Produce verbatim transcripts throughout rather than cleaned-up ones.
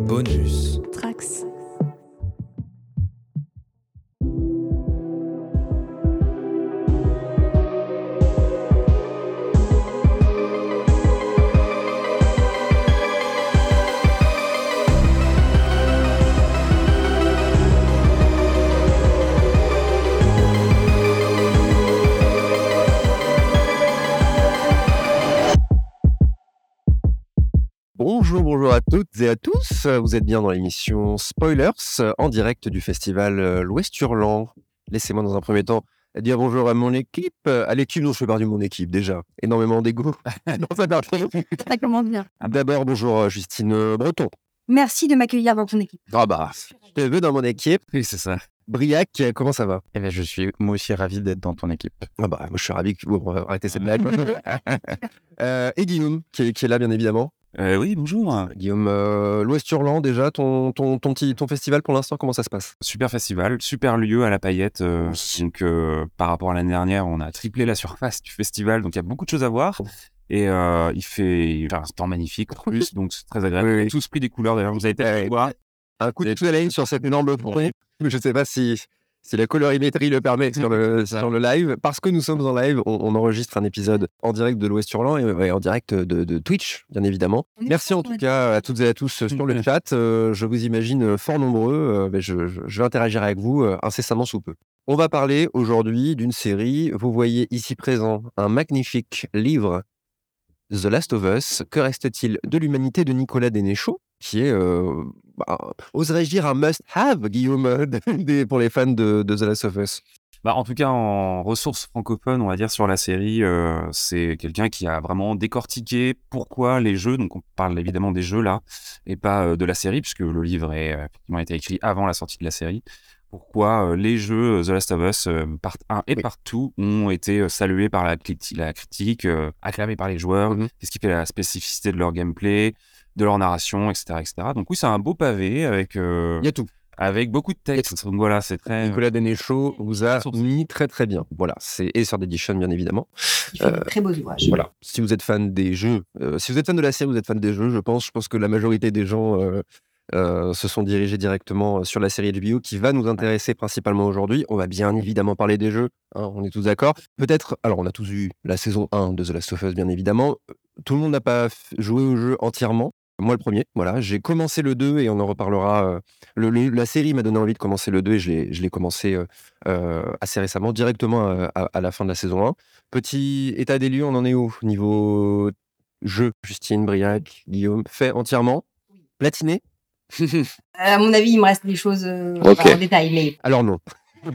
Bonus. Trax. Bonjour, bonjour à toutes et à tous. Vous êtes bien dans l'émission Spoilers en direct du festival euh, l'Ouest Hurlant. Laissez-moi dans un premier temps dire bonjour à mon équipe, euh, à l'équipe dont je fais partie de mon équipe déjà. Énormément d'ego. Non, ça marche. Ça commence bien. D'abord, bonjour euh, Justine euh, Breton. Merci de m'accueillir dans ton équipe. Ah bah, je te veux dans mon équipe. Oui, c'est ça. Briac, euh, comment ça va? Eh bien, je suis moi aussi ravi d'être dans ton équipe. Ah bah, moi je suis ravi que vous arrêtez cette blague. Euh, et Guillaume, qui est, qui est là bien évidemment. Euh, oui, bonjour. Guillaume, euh, l'Ouest Hurlant déjà, ton, ton, ton, petit, ton festival pour l'instant, comment ça se passe? Super festival, super lieu à la Paillette. euh, donc, euh, par rapport à l'année dernière, on a triplé la surface du festival. Donc, il y a beaucoup de choses à voir. Et euh, il fait enfin, un temps magnifique en plus, donc c'est très agréable. Oui, oui. Tous tous pris des couleurs d'ailleurs. Vous avez peut-être Ouais. pu voir. Un coup de soleil sur cette énorme forêt. Je ne sais pas si, si la colorimétrie le permet sur le, sur le live. Parce que nous sommes en live, on, on enregistre un épisode en direct de l'Ouest Hurlant et, et en direct de, de Twitch, bien évidemment. On est Merci en fort, tout on cas à toutes et à tous sur le chat. Euh, je vous imagine fort nombreux. Euh, mais je, je- je vais interagir avec vous euh, incessamment sous peu. On va parler aujourd'hui d'une série. Vous voyez ici présent un magnifique livre, The Last of Us. Que reste-t-il de l'humanité de Nicolas Dénéchaud, qui est, euh, bah, oserais-je dire, un must-have, Guillaume, euh, des- pour les fans de, de The Last of Us. Bah, en tout cas, en ressources francophones, on va dire, sur la série, euh, c'est quelqu'un qui a vraiment décortiqué pourquoi les jeux, donc on parle évidemment des jeux là, et pas euh, de la série, puisque le livre est, euh, effectivement été écrit avant la sortie de la série. Pourquoi euh, les jeux euh, The Last of Us, euh, part un et Oui. part deux, ont été euh, salués par la, criti- la critique, euh, acclamés par les joueurs, Mhm. qu'est-ce qui fait la spécificité de leur gameplay, de leur narration, et cetera et cetera. Donc oui, c'est un beau pavé avec, euh, Il y a tout. avec beaucoup de textes. Donc voilà, c'est très... Nicolas Dénéchaud vous a Source. mis très très bien. Voilà, c'est et sur Edition, bien évidemment. Il fait de très beaux ouvrages. Voilà. Si vous êtes fan des jeux, euh, si vous êtes fan de la série, vous êtes fan des jeux, je pense, je pense que la majorité des gens euh, euh, se sont dirigés directement sur la série H B O qui va nous intéresser principalement aujourd'hui. On va bien évidemment parler des jeux, hein, on est tous d'accord. Peut-être, alors on a tous vu la saison un de The Last of Us, bien évidemment. Tout le monde n'a pas f- joué au jeu entièrement. Moi, le premier, voilà. J'ai commencé le deux et on en reparlera. euh, le- le- la série m'a donné envie de commencer le deux et je l'ai, je l'ai commencé euh, euh, assez récemment, directement à, à- à la fin de la saison un. Petit état des lieux, on en est où? Niveau jeu, Justine, Briac, Guillaume, fait entièrement, platiné? Euh, à mon avis, il me reste des choses euh, Ok. pas en détail, mais Alors non.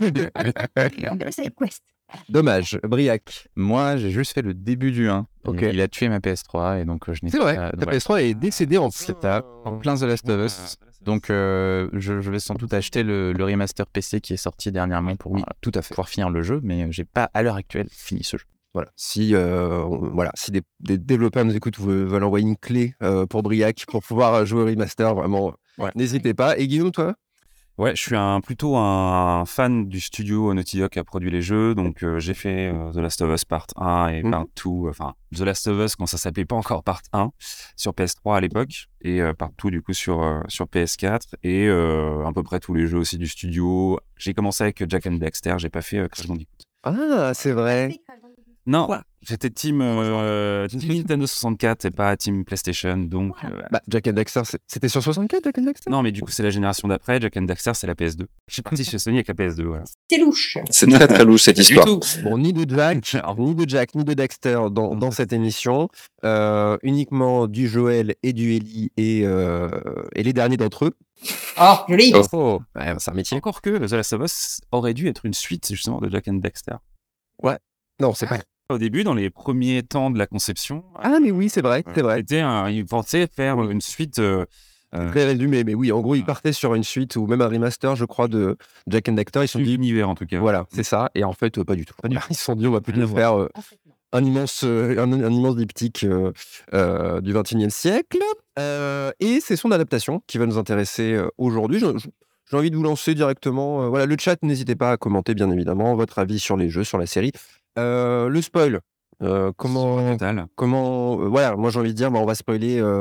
c'est Quest. Dommage. Briac. Moi, j'ai juste fait le début du un. Ok. Et il a tué ma P S trois et donc euh, je n'ai C'est vrai, pas... ta ouais. P S trois est décédée en C'est ça, en plein The Last of Us. Donc, euh, je, je vais sans doute acheter le, le remaster P C qui est sorti dernièrement pour Oui, euh, tout à fait. pouvoir finir le jeu, mais euh, j'ai pas à l'heure actuelle fini ce jeu. Voilà. Si, euh, on- voilà. si des, des développeurs nous écoutent, vous veulent envoyer une clé euh, pour Briac pour pouvoir euh, jouer au remaster, vraiment, Ouais. n'hésitez pas. Et Guillaume, toi? Ouais, je suis un, plutôt un fan du studio Naughty Dog qui a produit les jeux. Donc, euh, j'ai fait euh, The Last of Us Part un et Mhm. Part deux. Enfin, The Last of Us quand ça s'appelait pas encore Part un sur P S trois à l'époque. Et euh, Part deux, du coup, sur, euh, sur P S quatre. Et euh, à peu près tous les jeux aussi du studio. J'ai commencé avec Jack and Daxter. J'ai pas fait euh, Crash Bandicoot. Ah, c'est vrai. Non, Quoi j'étais team, euh, team Nintendo soixante-quatre et pas team PlayStation. Donc, euh, Bah, Jack and Daxter, c'est- c'était sur soixante-quatre, Jack and Daxter? non, mais du coup, c'est la génération d'après. Jack and Daxter, c'est la P S deux. Je suis parti chez Sony avec la P S deux. Voilà. C'est louche. C'est très très louche cette histoire. Bon, ni de Jack, ni de Jack, ni de Dexter dans, dans cette émission. Euh, uniquement du Joël et du Ellie et, euh, et les derniers d'entre eux. Oh, joli. Oh. Oh, ouais, c'est un métier. Encore que The Last of Us aurait dû être une suite justement de Jack and Daxter. Non, c'est pas. Au début, dans les premiers temps de la conception, Ah, mais oui, c'est vrai, c'est vrai. c'était un- ils pensaient faire une suite. euh, euh, Très résumé, mais oui, en gros, ils partaient sur une suite ou même un remaster, je crois, de Jack and Daxter. Ils se sont de dit, l'univers en tout cas. voilà, c'est ça. Et en fait, euh, pas du tout. Pas du Ils se sont dit, on va plutôt Rien à faire euh, un immense, euh, un, un immense diptyque euh, euh, du vingt et unième siècle. Euh, et c'est son adaptation qui va nous intéresser euh, aujourd'hui. Je- je- J'ai envie de vous lancer directement. euh, voilà, le chat, n'hésitez pas à commenter, bien évidemment, votre avis sur les jeux, sur la série. Euh, le spoil. euh, comment, Total. comment, euh, voilà, moi j'ai envie de dire, bah, on va spoiler euh,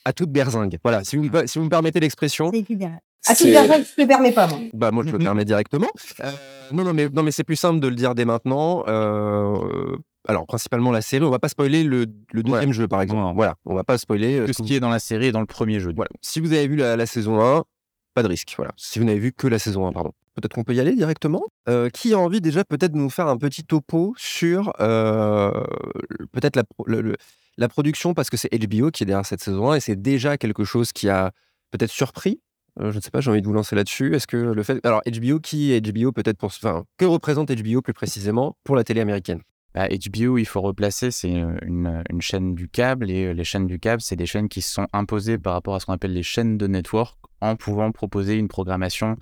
à toute berzingue. Voilà, si vous, me- si vous me permettez l'expression. C'est évident. À toute personne, je ne le permets pas, moi. Bah moi je le permets directement. Euh, non non mais non mais c'est plus simple de le dire dès maintenant. Euh, alors principalement la série, on va pas spoiler le, le deuxième Ouais. jeu par exemple. Non. Voilà, on va pas spoiler euh, Que ce qui est dans la série et dans le premier jeu. Voilà. Si vous avez vu la, la saison un, pas de risque. Voilà. Si vous n'avez vu que la saison un, pardon. Peut-être qu'on peut y aller directement. Euh, qui a envie déjà peut-être de nous faire un petit topo sur euh, peut-être la, pro- le- le- la production, parce que c'est H B O qui est derrière cette saison un et c'est déjà quelque chose qui a peut-être surpris. Euh, je ne sais pas, j'ai envie de vous lancer là-dessus. Est-ce que le fait. Alors, H B O, qui est H B O peut-être pour. Enfin, que représente H B O plus précisément pour la télé américaine? Bah, H B O, il faut replacer, c'est une, une- une chaîne du câble et euh, les chaînes du câble, c'est des chaînes qui se sont imposées par rapport à ce qu'on appelle les chaînes de network en pouvant proposer une programmation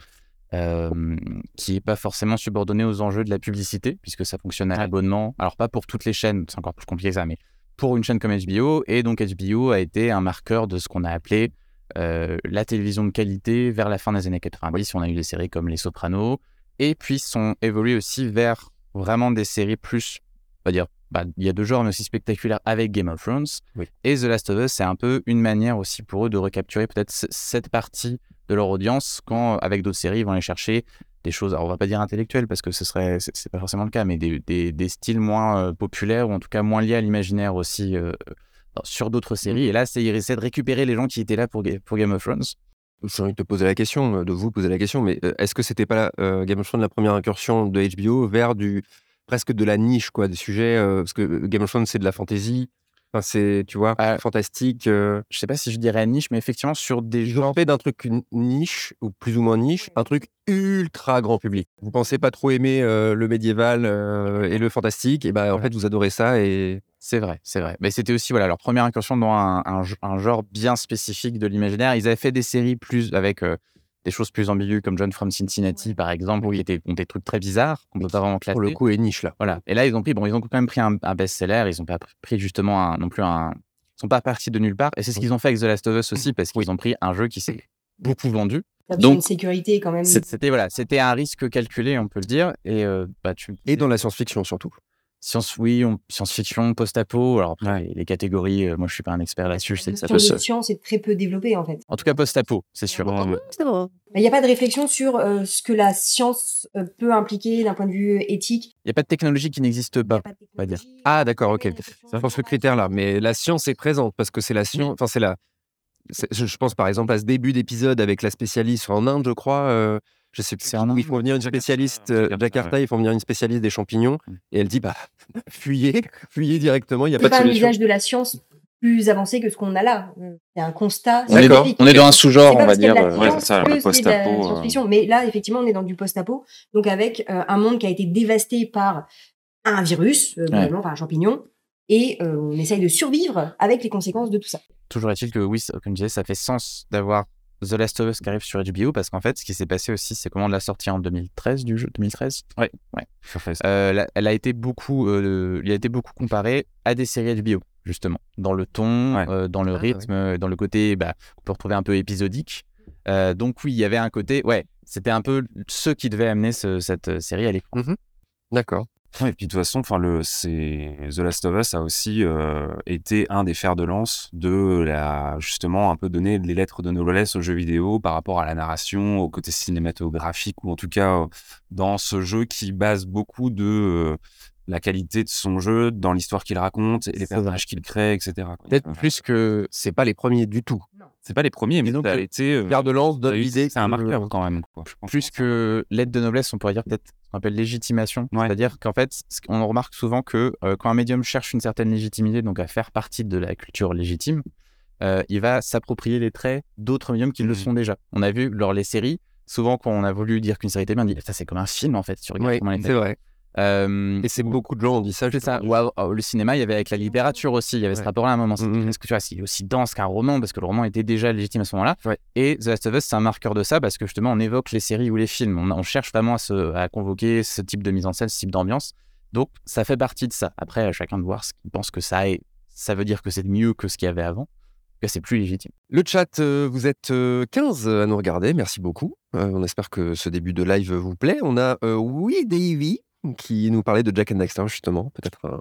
euh, qui n'est pas forcément subordonnée aux enjeux de la publicité puisque ça fonctionne à Ouais. l'abonnement. Alors pas pour toutes les chaînes, c'est encore plus compliqué que ça, mais pour une chaîne comme H B O. Et donc H B O a été un marqueur de ce qu'on a appelé euh, la télévision de qualité vers la fin des années quatre-vingt-dix. On a eu des séries comme Les Sopranos et puis sont évolués aussi vers vraiment des séries plus, on va dire, bah, il y a deux genres mais aussi spectaculaires avec Game of Thrones. Oui. Et The Last of Us, c'est un peu une manière aussi pour eux de recapturer peut-être c- cette partie de leur audience quand, avec d'autres séries, ils vont aller chercher des choses, alors on va pas dire intellectuelles parce que ce serait, c'est, c'est pas forcément le cas, mais des, des, des styles moins euh, populaires ou en tout cas moins liés à l'imaginaire aussi euh, sur d'autres séries. Et là, c'est, ils essaient de récupérer les gens qui étaient là pour, Ga- pour Game of Thrones. J'ai envie de te poser la question, euh, de vous poser la question, mais euh, est-ce que c'était pas euh, Game of Thrones la première incursion de H B O vers du presque de la niche, quoi, des sujets euh, parce que euh, Game of Thrones c'est de la fantasy, enfin c'est, tu vois, Ah. fantastique. euh, Je sais pas si je dirais niche, mais effectivement sur des Ils ont fait d'un truc une niche ou plus ou moins niche un truc ultra grand public. Vous pensez pas trop aimer euh, le médiéval euh, et le fantastique, et ben en Ouais. fait vous adorez ça et C'est vrai, c'est vrai. Mais c'était aussi voilà, leur première incursion dans un, un, un genre bien spécifique de l'imaginaire. Ils avaient fait des séries plus avec euh, des choses plus ambiguës comme John from Cincinnati, par exemple, où Oui. ils étaient ont des trucs très bizarres qu'on peut pas vraiment classer. pour le coup est niche là. Voilà. Et là, ils ont pris, bon, ils ont quand même pris un, un best-seller. Ils ont pas pris justement un, non plus un. Ils sont pas partis de nulle part. Et c'est ce qu'ils ont fait avec The Last of Us aussi, parce qu'ils ont pris un jeu qui s'est beaucoup vendu. Ça Donc, une sécurité quand même. C'est- C'était voilà, c'était un risque calculé, on peut le dire. Et euh, bah tu. Et dans la science-fiction surtout. Science, oui, on- science-fiction, post-apo. Alors après, les, les catégories, euh, moi je suis pas un expert là-dessus. Je sais La que ça notion peut se. de science est très peu développée en fait. En tout cas, post-apo, c'est sûr. Il n'y a pas de réflexion sur euh, ce que la science euh, peut impliquer d'un point de vue éthique. Il n'y a pas de technologie qui n'existe Il y pas. a pas de va dire. technologie, Ah d'accord, ok. il y a une réflexion C'est pour ce sur la critère-là, science. mais la science est présente parce que c'est la science, enfin c'est la. c'est- Je je pense par exemple à ce début d'épisode avec la spécialiste en Inde, je crois. euh, je sais plus. C'est en Où Inde ils font venir une spécialiste, euh, Jakarta, Jakarta, ils font venir une spécialiste des champignons Mm. et elle dit bah fuyez, fuyez directement, il n'y a C'est pas pas de un solution. usage de la science plus avancé que ce qu'on a là. C'est un constat. On est, D'accord. scientifique. on est dans un sous-genre, C'est pas on va parce qu'il y a dire. de la euh, ouais, science c'est ça, que le c'est de la post-apo, euh. science-fiction. Mais là, effectivement, on est dans du post-apo, donc avec euh, un monde qui a été dévasté par un virus, euh, globalement, par un champignon, et euh, on essaye de survivre avec les conséquences de tout ça. Toujours est-il que oui, comme je disais, ça fait sens d'avoir The Last of Us qui arrive sur H B O parce qu'en fait, ce qui s'est passé aussi, c'est comment de la sortie en deux mille treize du jeu, deux mille treize. Ouais, ouais. Euh, la- elle a été beaucoup, euh, il a été beaucoup comparé à des séries H B O justement, dans le ton, Ouais. euh, dans le Ah, rythme, euh, dans le côté, bah, qu'on peut retrouver un peu épisodique. Euh, donc oui, il y avait un côté, ouais, c'était un peu ce qui devait amener ce- cette série à l'écran. D'accord. Ouais, et puis de toute façon, enfin le, c'est The Last of Us a aussi euh, été un des fers de lance de la justement un peu donner les lettres de noblesse aux jeux vidéo par rapport à la narration, au côté cinématographique ou en tout cas euh, dans ce jeu qui base beaucoup de euh, la qualité de son jeu dans l'histoire qu'il raconte et les C'est personnages qu'il crée, et cetera. Peut-être Euh, plus que C'est pas les premiers du tout. c'est pas les premiers, mais donc, ça a euh, été euh, Pierre de lance ça a donne eu- l'idée. c'est un que- marqueur quand même. Quoi. Je pense plus que l'aide de noblesse, on pourrait dire peut-être ce qu'on appelle légitimation. Ouais. C'est-à-dire qu'en fait, ce qu'on remarque souvent que euh, quand un médium cherche une certaine légitimité, donc à faire partie de la culture légitime, euh, il va s'approprier les traits d'autres médiums qui le Mhm. sont déjà. On a vu lors les séries, souvent quand on a voulu dire qu'une série était bien, on dit ça c'est comme un film en fait. Tu regardes Oui, comment elle est c'est vrai. Euh, Et c'est beaucoup de gens ont dit ça. c'est ça. justement. Ou à- à- le cinéma, il y avait avec la littérature aussi. Il y avait ce Ouais. rapport-là à un moment. C'est- Mhm. Est-ce que tu vois, c'est aussi dense qu'un roman parce que le roman était déjà légitime à ce moment-là. Ouais. Et The Last of Us, c'est un marqueur de ça parce que justement, on évoque les séries ou les films. On, on cherche vraiment à, se, à convoquer ce type de mise en scène, ce type d'ambiance. Donc, ça fait partie de ça. Après, à chacun de voir ce qu'il pense que ça est. Ça veut dire que c'est mieux que ce qu'il y avait avant. Que c'est plus légitime. Le chat, euh, vous êtes euh, quinze à nous regarder, merci beaucoup. Euh, on espère que ce début de live vous plaît. On a euh, Oui Davy qui nous parlait de Jack and Daxter justement, peut-être un,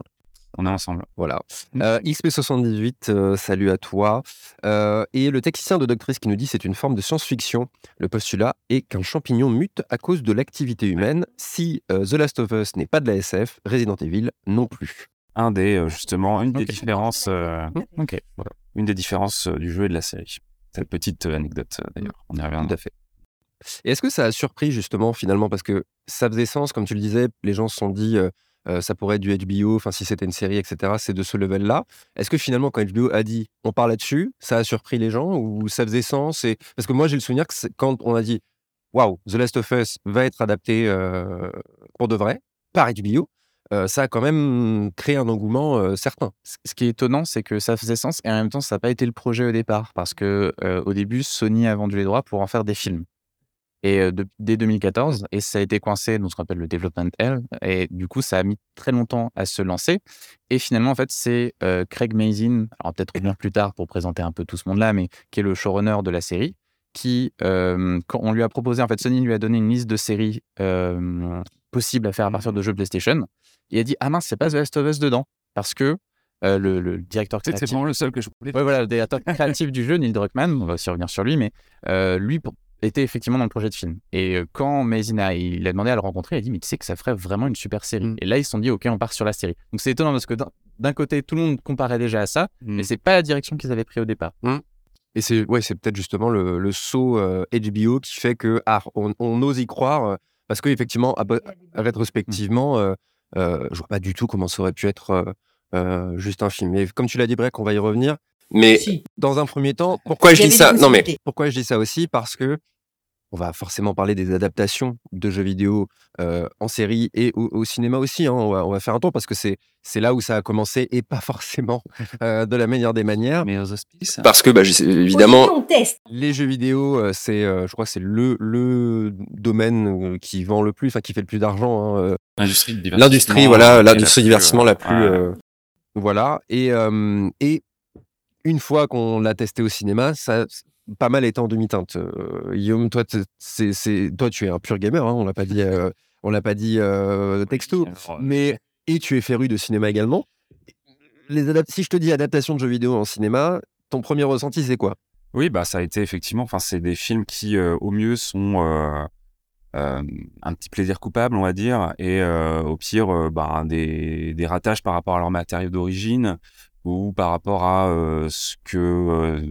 On est ensemble. Voilà. Euh, X P soixante-dix-huit, euh, salut à toi. Euh, et le technicien de Doctrice qui nous dit c'est une forme de science-fiction. Le postulat est qu'un champignon mute à cause de l'activité humaine. Si euh, The Last of Us n'est pas de la S F, Resident Evil non plus. Un des, euh, justement, une des Ok. différences, euh, Ok, voilà, une des différences euh, du jeu et de la série. Cette petite euh, anecdote, euh, d'ailleurs. On y tout reviendra. à fait. Et est-ce que ça a surpris justement finalement parce que ça faisait sens, comme tu le disais, les gens se sont dit euh, euh, ça pourrait être du H B O, enfin si c'était une série, et cetera. C'est de ce level-là. Est-ce que finalement quand H B O a dit on parle là-dessus, ça a surpris les gens ou ça faisait sens et... Parce que moi j'ai le souvenir que c'est- quand on a dit waouh, The Last of Us va être adapté euh, pour de vrai par H B O, euh, ça a quand même créé un engouement euh, certain. C- Ce qui est étonnant, c'est que ça faisait sens et en même temps, ça n'a pas été le projet au départ parce que euh, au début, Sony a vendu les droits pour en faire des films. Et euh, de- dès deux mille quatorze, et ça a été coincé dans ce qu'on appelle le development hell, et du coup, ça a mis très longtemps à se lancer. Et finalement, en fait, c'est euh, Craig Mazin, alors on va peut-être revenir plus tard pour présenter un peu tout ce monde-là, mais qui est le showrunner de la série, qui, euh, quand on lui a proposé, en fait, Sony lui a donné une liste de séries euh, possibles à faire à partir de jeux PlayStation. Il a dit ah mince, c'est pas The Last of Us dedans, parce que euh, le, le directeur C'est créatif. vraiment le seul que je voulais. Ouais, voilà, le directeur créatif du jeu, Neil Druckmann, on va aussi revenir sur lui, mais euh, lui pour- était effectivement dans le projet de film. Et euh, quand Mazin a, il a demandé à le rencontrer, il a dit mais tu sais que ça ferait vraiment une super série. Mm. Et là ils se sont dit ok, on part sur la série. Donc c'est étonnant parce que d'un- d'un côté tout le monde comparait déjà à ça, Mm. mais c'est pas la direction qu'ils avaient pris au départ. Et c'est ouais, c'est peut-être justement le, le saut euh, H B O qui fait que ah, on, on ose y croire euh, parce qu'effectivement, rétrospectivement, euh, euh, je vois pas du tout comment ça aurait pu être euh, euh, juste un film. Mais comme tu l'as dit, Breck, on va y revenir. Mais Si. dans un premier temps, pourquoi je Il y dis avait ça des Non, mais possibilités. pourquoi je dis ça aussi Parce que on va forcément parler des adaptations de jeux vidéo euh, en série et au, au cinéma aussi. Hein. On, va, on va faire un tour parce que c'est c'est là où ça a commencé et pas forcément euh, de la meilleure des manières. Mais aux hospices. Parce que, bah, je sais- Au évidemment, début, on teste. les jeux vidéo, euh, c'est, euh, je crois, que c'est le, le domaine euh, qui vend le plus, enfin qui fait le plus d'argent. Hein, euh, L'industrie du divertissement. L'industrie, voilà, euh, l'industrie est du la plus, divertissement la plus, ouais. euh, voilà. Et euh, et une fois qu'on l'a testé au cinéma, ça a pas mal été en demi-teinte. Euh, Guillaume, toi, t'es- c'est, c'est, toi, tu es un pur gamer. Hein, on l'a pas dit, euh, on l'a pas dit euh, texto, Alors, euh, mais et tu es féru de cinéma également. Les adap- si je te dis adaptation de jeux vidéo en cinéma, ton premier ressenti, c'est quoi? Oui, bah ça a été effectivement. Enfin, c'est des films qui, euh, au mieux, sont euh, euh, un petit plaisir coupable, on va dire, et euh, au pire, euh, bah, des, des ratages par rapport à leur matériau d'origine ou par rapport à euh, ce que euh,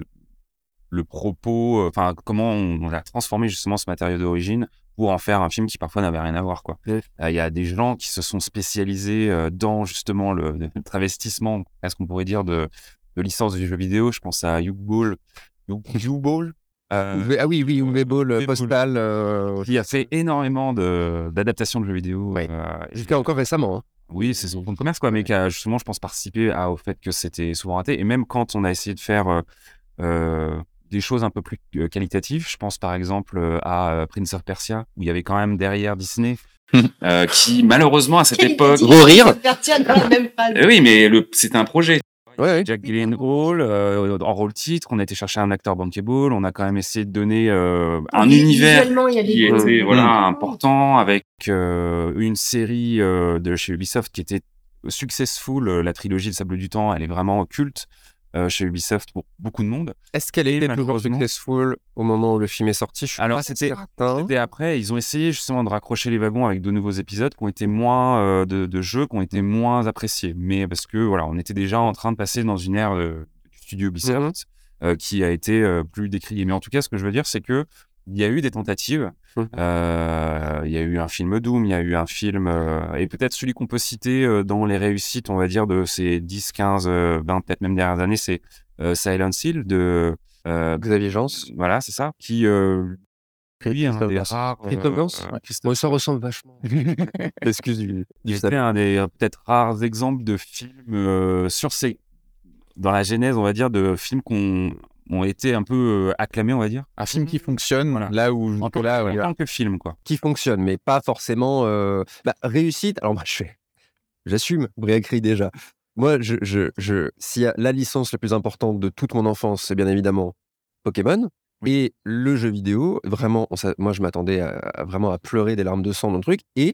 le propos, euh, enfin, comment on, on a transformé justement ce matériau d'origine pour en faire un film qui parfois n'avait rien à voir, quoi. Ouais. Euh, Il y a des gens qui se sont spécialisés euh, dans justement le, le travestissement, est-ce qu'on pourrait dire, de, de licence du jeu vidéo. Je pense à Hugh Ball, Hugh, Hugh Ball, euh, Uwe- Ah oui, oui, Uwe Ball, Uwe Ball. Postal, euh, qui a fait énormément de, d'adaptations de jeux vidéo. Ouais. euh, et- jusqu'à encore récemment. Hein. oui, c'est son fonds de commerce, quoi, mais qui a justement, je pense, participé à- au fait que c'était souvent raté. Et même quand on a essayé de faire euh, euh, des choses un peu plus euh, qualitatives, je pense par exemple euh, à euh, Prince of Persia, où il y avait quand même derrière Disney, euh, qui malheureusement à cette époque. Gros rire. Faire dans la même phrase. Eh oui, mais le, c'était un projet. Ouais, ouais. Jack Gyllenhaal, euh, en rôle titre, on a été chercher un acteur bankable, on a quand même essayé de donner euh, un Vi- univers Visuellement, il y a qui des était Mm. voilà, Mm. important, avec euh, une série euh, de chez Ubisoft qui était successful, euh, la trilogie Le Sable du Temps, elle est vraiment culte euh, chez Ubisoft pour beaucoup de monde. Est-ce qu'elle était toujours malheureusement- successful au moment où le film est sorti? Je suis Alors, pas c'était- certain. Et après, ils ont essayé justement de raccrocher les wagons avec de nouveaux épisodes qui ont été moins euh, de, de jeux, qui ont été moins appréciés. Mais parce que voilà, on était déjà en train de passer dans une ère euh, du studio Ubisoft euh, qui a été euh, plus décriée. Mais en tout cas, ce que je veux dire, c'est que il y a eu des tentatives. Mhm. Euh, il y a eu un film Doom, il y a eu un film euh, et peut-être celui qu'on peut citer euh, dans les réussites, on va dire de ces dix, quinze, euh, vingt peut-être même dernières années, c'est euh, Silent Hill de euh, Xavier Jans. voilà, c'est ça, qui euh, lui, un Christophe des Gans. rares, euh, Christophe Gans euh, Ouais. Moi, ça ressemble vachement. Excuse du, du c'était un des euh, peut-être rares exemples de films euh, sur ces dans la genèse, on va dire, de films qu'on ont été un peu euh, acclamés, on va dire, Un film qui fonctionne, Voilà. là où en tant, là, en ouais. tant que film, quoi. qui fonctionne, mais pas forcément euh, bah, réussite. Alors moi, je fais, j'assume, Briacry déjà. Moi, je, je, je, s'il y a la licence la plus importante de toute mon enfance, c'est bien évidemment Pokémon. Et le jeu vidéo, vraiment, on s'a- moi, je m'attendais à, à vraiment à pleurer des larmes de sang dans le truc. Et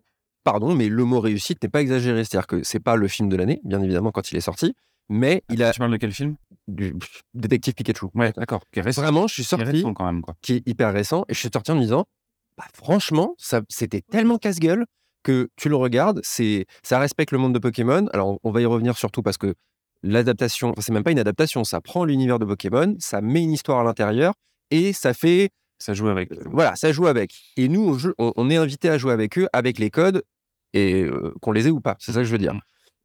pardon, mais le mot réussite n'est pas exagéré. C'est-à-dire que c'est pas le film de l'année, bien évidemment, quand il est sorti, mais il a... Tu parles de quel film? Du Détective Pikachu. Ouais, d'accord. Qui est récent. Vraiment, je suis sorti, récent quand même, quoi. Qui est hyper récent, et je suis sorti en me disant, bah, franchement, ça, c'était tellement casse-gueule que tu le regardes, c'est, ça respecte le monde de Pokémon. Alors, on va y revenir surtout parce que l'adaptation, enfin, c'est même pas une adaptation, ça prend l'univers de Pokémon, ça met une histoire à l'intérieur, et ça fait... Ça joue avec. Euh, voilà, ça joue avec. Et nous, on, joue, on, on est invité à jouer avec eux, avec les codes, et euh, qu'on les ait ou pas. C'est ça que je veux dire.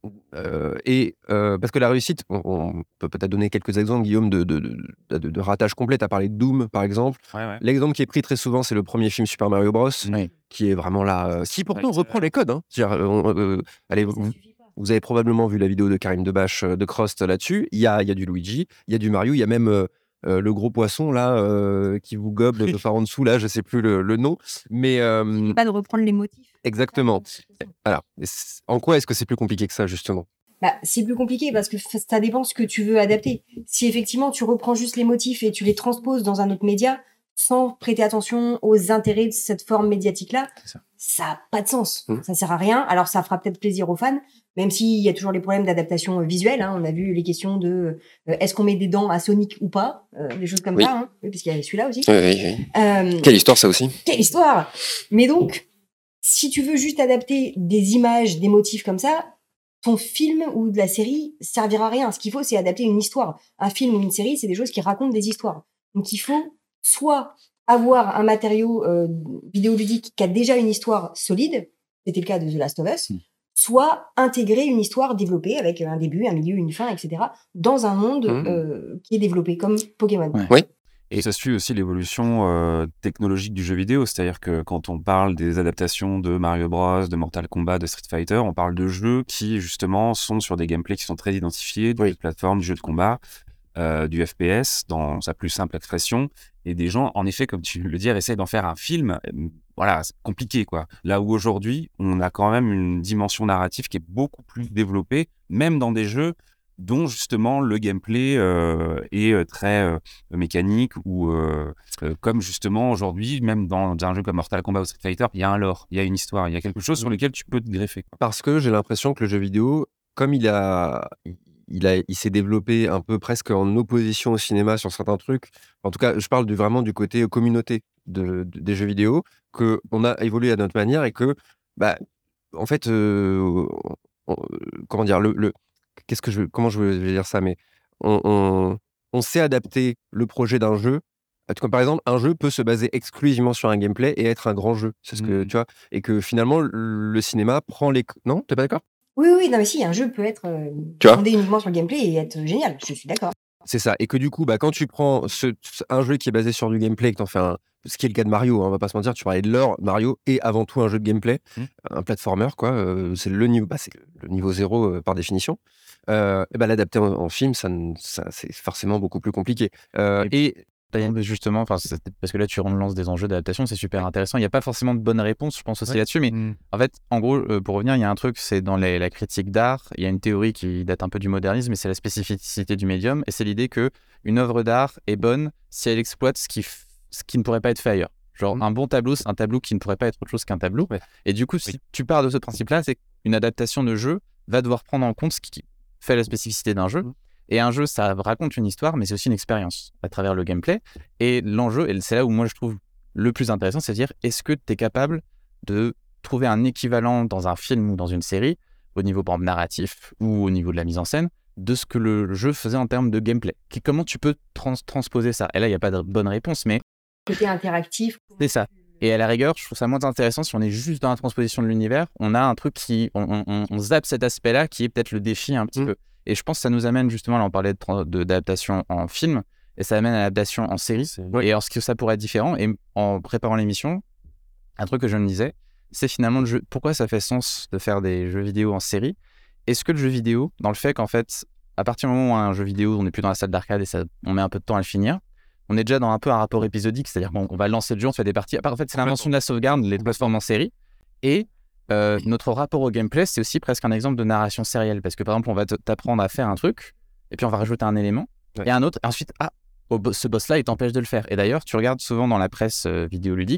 Euh, et euh, parce que la réussite, on, on peut peut-être donner quelques exemples, Guillaume, de, de, de, de, de ratage complet. Tu as parlé de Doom, par exemple. Ouais, ouais. L'exemple qui est pris très souvent, c'est le premier film Super Mario Bros, Oui. qui est vraiment là, euh, qui pourtant Ouais, reprend les codes. Hein. C'est-à-dire, euh, euh, allez, vous, vous avez probablement vu la vidéo de Karim Debache euh, de Crost là-dessus. Il y a, il y a du Luigi, il y a du Mario, il y a même euh, euh, le gros poisson là euh, qui vous gobe de par en dessous là, je sais plus le, le nom, mais euh, Pas de reprendre les motifs. Exactement. Alors, en quoi est-ce que c'est plus compliqué que ça, justement? Bah, c'est plus compliqué parce que ça dépend ce que tu veux adapter. Si effectivement tu reprends juste les motifs et tu les transposes dans un autre média sans prêter attention aux intérêts de cette forme médiatique-là, ça n'a pas de sens. Mmh. Ça sert à rien. Alors ça fera peut-être plaisir aux fans, même s'il y a toujours les problèmes d'adaptation visuelle. Hein. On a vu les questions de euh, est-ce qu'on met des dents à Sonic ou pas, euh, des choses comme oui. ça, hein. Oui, parce qu'il y a celui-là aussi. Oui, oui, oui. Euh, quelle histoire ça aussi. Quelle histoire. Mais donc, si tu veux juste adapter des images, des motifs comme ça, ton film ou de la série servira à rien. Ce qu'il faut, c'est adapter une histoire. Un film ou une série, c'est des choses qui racontent des histoires. Donc, il faut soit avoir un matériau euh, vidéoludique qui a déjà une histoire solide, c'était le cas de The Last of Us, mmh. soit intégrer une histoire développée avec un début, un milieu, une fin, et cetera, dans un monde mmh. euh, qui est développé, comme Pokémon. Ouais. Oui. Et ça suit aussi l'évolution euh, technologique du jeu vidéo, c'est-à-dire que quand on parle des adaptations de Mario Bros, de Mortal Kombat, de Street Fighter, on parle de jeux qui justement sont sur des gameplays qui sont très identifiés, du oui. jeu de plateforme, du jeu de combat, euh, du F P S dans sa plus simple expression, et des gens, en effet, comme tu le dis, essayent d'en faire un film. Voilà, c'est compliqué, quoi. Là où aujourd'hui, on a quand même une dimension narrative qui est beaucoup plus développée, même dans des jeux dont justement le gameplay euh, est euh, très euh, mécanique ou euh, euh, comme justement aujourd'hui, même dans, dans un jeu comme Mortal Kombat ou Street Fighter, il y a un lore, il y a une histoire, il y a quelque chose sur lequel tu peux te greffer. Quoi. Parce que j'ai l'impression que le jeu vidéo, comme il a, il a, il s'est développé un peu presque en opposition au cinéma sur certains trucs. En tout cas, je parle du, vraiment du côté communauté de, de, des jeux vidéo, que on a évolué à notre manière et que, bah, en fait, euh, on, comment dire, le, le Qu'est-ce que je, comment je vais dire ça, mais on, on, on sait adapter le projet d'un jeu. Comme par exemple, un jeu peut se baser exclusivement sur un gameplay et être un grand jeu. C'est ce que mmh. tu vois, et que finalement le cinéma prend les. Non, t'es pas d'accord? Oui, oui, non, mais si, un jeu peut être euh, fondé uniquement sur le gameplay et être génial. Je suis d'accord. C'est ça. Et que du coup, bah, quand tu prends ce, un jeu qui est basé sur du gameplay, et que t'en fais un, ce qui est le cas de Mario, hein, on va pas se mentir, tu parlais de lore, Mario est avant tout un jeu de gameplay, mmh. un platformer, quoi. Euh, c'est le niveau, bah, c'est le niveau zéro euh, par définition. Euh, et bah, l'adapter en, en film, ça, ça, c'est forcément beaucoup plus compliqué. Euh, et, et justement, parce que là, tu relances des enjeux d'adaptation, c'est super intéressant. Il n'y a pas forcément de bonne réponse, je pense aussi ouais. là-dessus. Mais mmh. en fait, en gros, euh, pour revenir, il y a un truc, c'est dans les, la critique d'art, il y a une théorie qui date un peu du modernisme, et c'est la spécificité du médium. Et c'est l'idée qu'une œuvre d'art est bonne si elle exploite ce qui, f... ce qui ne pourrait pas être fait ailleurs. Genre, mmh. un bon tableau, c'est un tableau qui ne pourrait pas être autre chose qu'un tableau. Ouais. Et du coup, si oui. tu pars de ce principe-là, c'est qu'une adaptation de jeu va devoir prendre en compte ce qui fait la spécificité d'un jeu. Mmh. Et un jeu, ça raconte une histoire, mais c'est aussi une expérience à travers le gameplay. Et l'enjeu, et c'est là où moi je trouve le plus intéressant, c'est de dire, est-ce que tu es capable de trouver un équivalent dans un film ou dans une série, au niveau par exemple, narratif ou au niveau de la mise en scène, de ce que le jeu faisait en termes de gameplay. Comment tu peux trans- transposer ça? Et là, il n'y a pas de bonne réponse, mais... Côté interactif. C'est ça. Et à la rigueur, je trouve ça moins intéressant si on est juste dans la transposition de l'univers. On a un truc qui... On, on, on zappe cet aspect-là qui est peut-être le défi un petit mmh. peu. Et je pense que ça nous amène justement, là on parlait de, de, d'adaptation en film, et ça amène à l'adaptation en série. Oui. Et alors ce que ça pourrait être différent, et en préparant l'émission, un truc que je me disais, c'est finalement le jeu, pourquoi ça fait sens de faire des jeux vidéo en série? Est-ce que le jeu vidéo, dans le fait qu'en fait, à partir du moment où un jeu vidéo, on n'est plus dans la salle d'arcade et ça, on met un peu de temps à le finir, on est déjà dans un peu un rapport épisodique, c'est-à-dire qu'on va lancer le jeu, on fait des parties. En fait, c'est l'invention de la sauvegarde, les plateformes en série, et Euh, notre rapport au gameplay, c'est aussi presque un exemple de narration sérielle, parce que par exemple, on va t'apprendre à faire un truc, et puis on va rajouter un élément, ouais. et un autre, et ensuite, ah, oh, ce boss-là, il t'empêche de le faire. Et d'ailleurs, tu regardes souvent dans la presse euh, vidéoludique,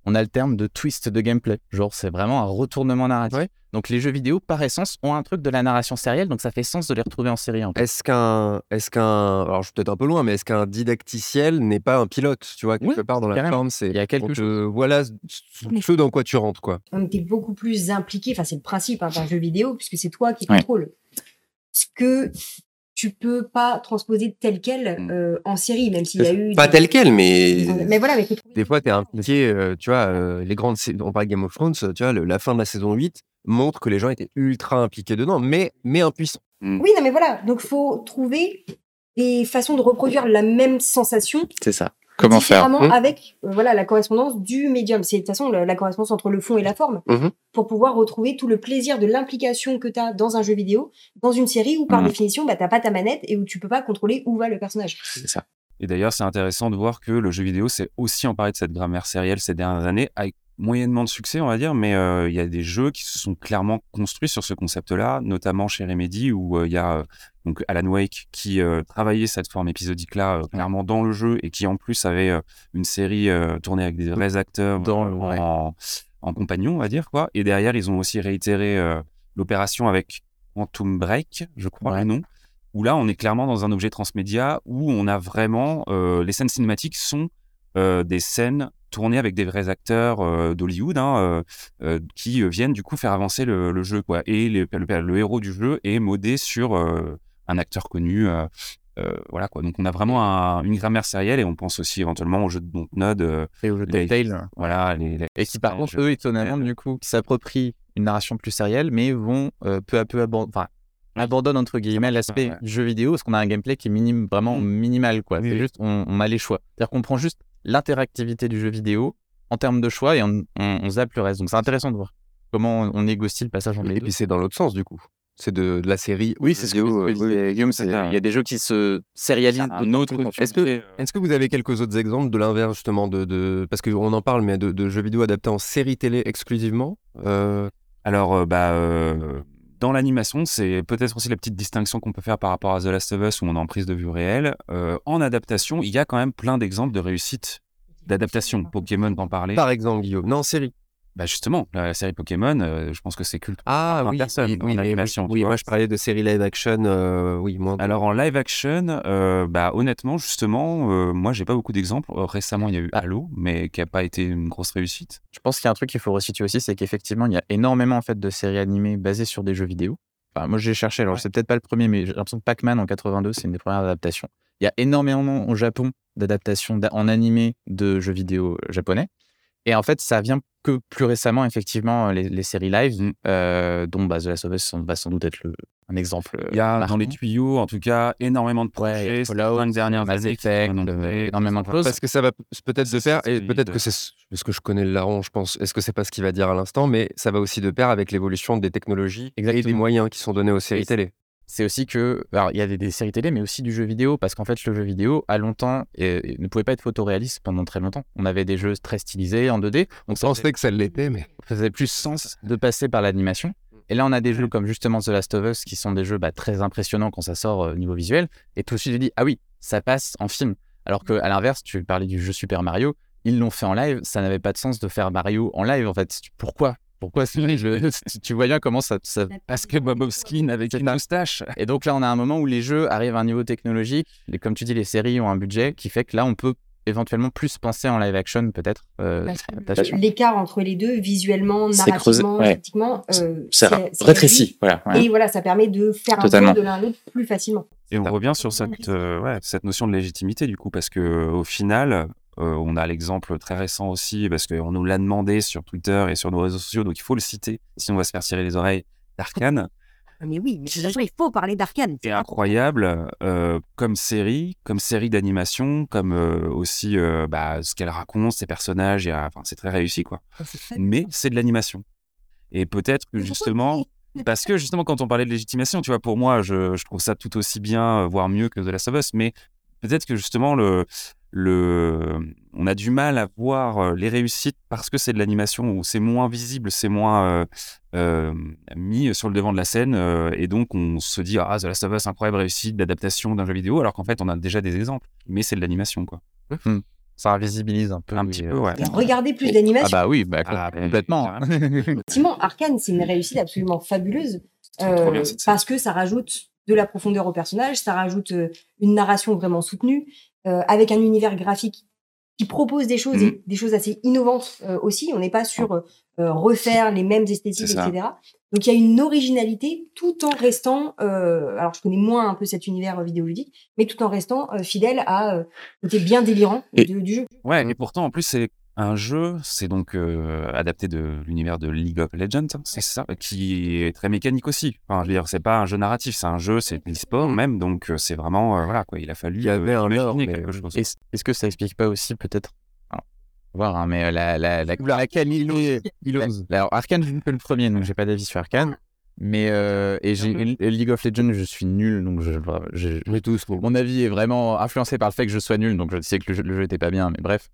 on alterne de twist de gameplay. Genre, c'est vraiment un retournement narratif. Ouais. Donc, les jeux vidéo, par essence, ont un truc de la narration sérielle, donc ça fait sens de les retrouver en série. En fait. Est-ce qu'un, est-ce qu'un, alors je suis peut-être un peu loin, mais est-ce qu'un didacticiel n'est pas un pilote, tu vois, quelque Oui, part dans la carrément. forme, c'est Il y a quelque on te- chose. voilà ce ce dans quoi tu rentres, quoi. On était beaucoup plus impliqué, enfin c'est le principe hein, d'un jeu vidéo, puisque c'est toi qui Ouais. contrôle. Ce que tu peux pas transposer tel quel Mm. euh, en série, même s'il y a eu... Pas des- tel quel, mais Mais voilà, mais faut trouver- des fois, tu es impliqué, euh, tu vois, euh, les grandes, sais- on parle de Game of Thrones, tu vois, le- la fin de la saison huit montre que les gens étaient ultra impliqués dedans, mais, mais impuissants. Oui, non mais voilà, donc faut trouver des façons de reproduire la même sensation C'est ça. Comment faire différemment Mmh. avec euh, voilà, la correspondance du médium. C'est de toute façon la, la correspondance entre le fond et la forme, Mhm. pour pouvoir retrouver tout le plaisir de l'implication que tu as dans un jeu vidéo, dans une série où par Mhm. définition, bah, t'as pas ta manette et où tu peux pas contrôler où va le personnage. C'est ça. Et d'ailleurs, c'est intéressant de voir que le jeu vidéo s'est aussi emparé de cette grammaire sérielle ces dernières années, avec moyennement de succès, on va dire, mais euh, il y a des jeux qui se sont clairement construits sur ce concept-là, notamment chez Remedy, où euh, il y a euh, donc Alan Wake qui euh, travaillait cette forme épisodique-là euh, clairement dans le jeu et qui en plus avait euh, une série euh, tournée avec des vrais acteurs Dans le- euh, ouais. en, en compagnon, on va dire, quoi. Et derrière, ils ont aussi réitéré euh, l'opération avec Quantum Break, je crois Ouais. le nom, où là, on est clairement dans un objet transmédia où on a vraiment... euh, les scènes cinématiques sont euh, des scènes tournées avec des vrais acteurs euh, d'Hollywood hein, euh, euh, qui euh, viennent du coup faire avancer le, le jeu, quoi. Et les- le, le héros du jeu est modé sur euh, un acteur connu. euh, euh, voilà, quoi. Donc, on a vraiment un- une grammaire sérielle et on pense aussi éventuellement aux jeux de Dontnod. euh, Et au jeu de les- Telltale. voilà, les, les- Et qui, par les contre, jeux- eux, étonnamment, du coup, qui s'approprient une narration plus sérielle, mais vont euh, peu à peu abandonner, enfin, abandonnent, entre guillemets, l'aspect ouais. jeu vidéo, parce qu'on a un gameplay qui est minime, vraiment Mm. minimal, quoi. Oui, C'est oui. juste, on, on a les choix. C'est-à-dire qu'on prend juste l'interactivité du jeu vidéo en termes de choix et on, on, on zappe le reste. Donc, c'est intéressant de voir comment on, on négocie le passage entre les Et deux. puis c'est dans l'autre sens, du coup. C'est de, de la série. au Oui, jeu c'est ce que, vidéo, ce que euh, oui. disait Guillaume. c'est c'est- ça. Il y a des jeux qui se sérialisent. un d'autant autre plus. Est-ce que, est-ce que vous avez quelques autres exemples de l'inverse, justement, de, de... parce qu'on en parle, mais de, de jeux vidéo adaptés en série télé exclusivement euh, Alors, euh, bah, euh, dans l'animation, c'est peut-être aussi la petite distinction qu'on peut faire par rapport à The Last of Us où on est en prise de vue réelle. Euh, en adaptation, il y a quand même plein d'exemples de réussite d'adaptation. Pokémon, d'en parler. Par exemple, Guillaume. Non, série. Bah justement, la, la série Pokémon, euh, je pense que c'est culte. Ah plein de oui, personnes oui, en oui, mais animation, oui, tu oui, vois. moi je parlais de série live action, euh, oui, moins. Alors en live action, euh, bah honnêtement, justement, euh, moi j'ai pas beaucoup d'exemples. Euh, récemment, il y a eu Halo, mais qui a pas été une grosse réussite. Je pense qu'il y a un truc qu'il faut resituer aussi, c'est qu'effectivement, il y a énormément en fait, de séries animées basées sur des jeux vidéo. Enfin, moi, j'ai cherché, alors Ouais. c'est peut-être pas le premier, mais j'ai l'impression que Pac-Man en quatre-vingt-deux, c'est une des premières adaptations. Il y a énormément au Japon d'adaptations d'a- en animé de jeux vidéo japonais. Et en fait, ça vient que plus récemment, effectivement, les, les séries live, Mm. euh, dont bah, The Last of Us va sans doute être le, un exemple. euh, Il y a marquant. dans les tuyaux, en tout cas, énormément de Ouais, il y a projets. ces Fallout, cinq dernières Mass années, Effect, qui sont euh, annoncés. énormément de choses. Parce que ça va p- peut-être de pair, et C'est- peut-être que c'est ce- parce que je connais le larron, je pense. Est-ce que c'est pas ce qu'il va dire à l'instant, mais ça va aussi de pair avec l'évolution des technologies et des Exactement. moyens qui sont donnés aux séries Et télé. C'est aussi que, alors il y a des, des séries télé, mais aussi du jeu vidéo, parce qu'en fait, le jeu vidéo, à longtemps, euh, ne pouvait pas être photoréaliste pendant très longtemps. On avait des jeux très stylisés en deux D, donc ça pensais que ça l'était, mais faisait plus sens de passer par l'animation. Et là, on a des jeux comme justement The Last of Us, qui sont des jeux bah, très impressionnants quand ça sort euh, au niveau visuel, et tout de suite, je dis, ah oui, ça passe en film. Alors qu'à l'inverse, tu parlais du jeu Super Mario, ils l'ont fait en live, ça n'avait pas de sens de faire Mario en live, en fait. Pourquoi Pourquoi c'est vrai, je- tu- Tu vois bien comment ça... ça... Parce que Bob Hoskin avec une moustache. Et donc là, on a un moment où les jeux arrivent à un niveau technologique, et comme tu dis, les séries ont un budget qui fait que là, on peut éventuellement plus penser en live action, peut-être. euh, Parce que adaptation. l'écart entre les deux, visuellement, C'est creusé, narrativement, ouais. esthétiquement, euh, C'est c'est- c'est rétréci, voilà. réduit. Et voilà, ça permet de faire Totalement. un peu de l'un à l'autre plus facilement. Et on revient sur cette, euh, ouais, cette notion de légitimité, du coup, parce que au final, euh, on a l'exemple très récent aussi, parce qu'on nous l'a demandé sur Twitter et sur nos réseaux sociaux, donc il faut le citer, sinon on va se faire tirer les oreilles, d'Arkane. Mais oui, mais il faut parler d'Arkane. est incroyable euh, comme série, comme série d'animation, comme euh, aussi euh, bah, ce qu'elle raconte, ses personnages, il y a- enfin, c'est très réussi, quoi. Mais c'est de l'animation. Et peut-être que justement, parce que justement quand on parlait de légitimation, tu vois, pour moi, je, je trouve ça tout aussi bien, euh, voire mieux que The Last of Us, mais peut-être que justement, le, le, on a du mal à voir euh, les réussites parce que c'est de l'animation, où c'est moins visible, c'est moins euh, euh, mis sur le devant de la scène, euh, et donc on se dit, ah, The Last of Us, incroyable réussite d'adaptation d'un jeu vidéo, alors qu'en fait, on a déjà des exemples, mais c'est de l'animation, quoi. ça invisibilise un peu. Un petit et, peu, ouais. Et regardez plus Ah d'animation. bah oui, bah, Ah, bah, complètement. Effectivement, Arcane, c'est une réussite absolument fabuleuse C'est trop euh, bien, cette série. parce que ça rajoute de la profondeur au personnage, ça rajoute euh, une narration vraiment soutenue, euh, avec un univers graphique qui propose des choses, Mhm. et des choses assez innovantes euh, aussi. On n'est pas sur euh, euh, refaire les mêmes esthétiques, C'est ça. et cetera. Donc il y a une originalité tout en restant, euh, alors je connais moins un peu cet univers euh, vidéoludique, mais tout en restant euh, fidèle à euh, le côté bien délirant Et- de- du jeu. Ouais, et pourtant, en plus, c'est un jeu, c'est donc euh, adapté de l'univers de League of Legends, hein, c'est ça, qui est très mécanique aussi. Enfin, je veux dire, c'est pas un jeu narratif, c'est un jeu, c'est de l'e-sport même, donc euh, c'est vraiment, euh, voilà, quoi, il a fallu Il y avait euh, un lore, imaginer mais- quelque chose. Est-ce est-ce que ça explique pas aussi peut-être, alors, on va voir, hein, mais euh, la la la, la qualité. Alors Arcane, j'ai vu que le premier, donc j'ai pas d'avis sur Arcane. Mais euh, et j'ai et League of Legends, je suis nul, donc je, je, On est tous. bon. mon avis est vraiment influencé par le fait que je sois nul, donc je sais que le jeu, le jeu était pas bien, mais bref.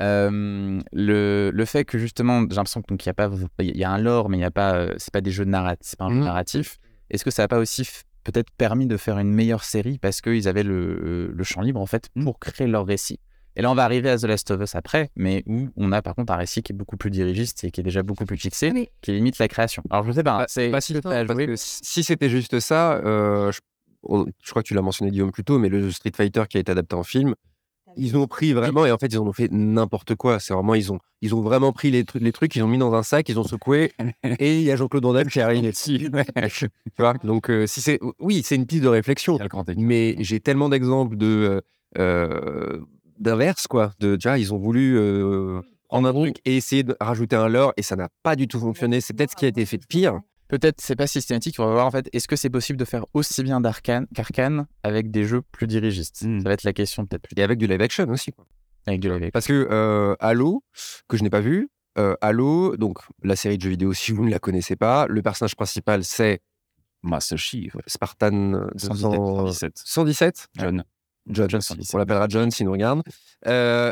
Euh, le, le fait que justement, j'ai l'impression qu'il y a pas, il y a un lore, mais il y a pas, euh, c'est pas des jeux narratifs, c'est pas un jeu Mhm. narratif. Est-ce que ça a pas aussi f- peut-être permis de faire une meilleure série parce qu'ils avaient le, le champ libre en fait Mhm. pour créer leur récit. Et là, on va arriver à The Last of Us après, mais où on a par contre un récit qui est beaucoup plus dirigiste et qui est déjà beaucoup plus fixé, Mais- qui limite la création. Alors je sais pas, hein, c'est Pas si c'est longtemps, à parce jouer. que si si c'était juste ça, euh, je, on- je crois que tu l'as mentionné Guillaume plus tôt, mais le Street Fighter qui a été adapté en film, ils ont pris vraiment, et en fait ils en ont fait n'importe quoi. C'est vraiment, ils ont, ils ont vraiment pris les, trucs- les trucs, ils ont mis dans un sac, ils ont secoué, et il y a Jean-Claude Van Damme qui arrive ici. Tu vois, donc euh, si c'est, oui, c'est une piste de réflexion, Il y a le grand écart. mais j'ai tellement d'exemples de euh, euh, d'inverse, quoi. De, tu vois, ils ont voulu euh, prendre un truc et essayer de rajouter un lore, et ça n'a pas du tout fonctionné. C'est peut-être ce qui a été fait de pire. Peut-être c'est pas systématique, on va voir en fait, est-ce que c'est possible de faire aussi bien d'Arcane qu'Arcane avec des jeux plus dirigistes Mm. Ça va être la question peut-être plus Et avec du live action aussi, quoi. avec du live. Parce que euh, Halo, que je n'ai pas vu, euh, Halo, donc la série de jeux vidéo, si vous ne la connaissez pas, le personnage principal c'est Master Chief, Spartan cent dix-sept. cent dix-sept. cent dix-sept John. John, John cent dix-sept. on l'appellera John s'il nous regarde. Euh,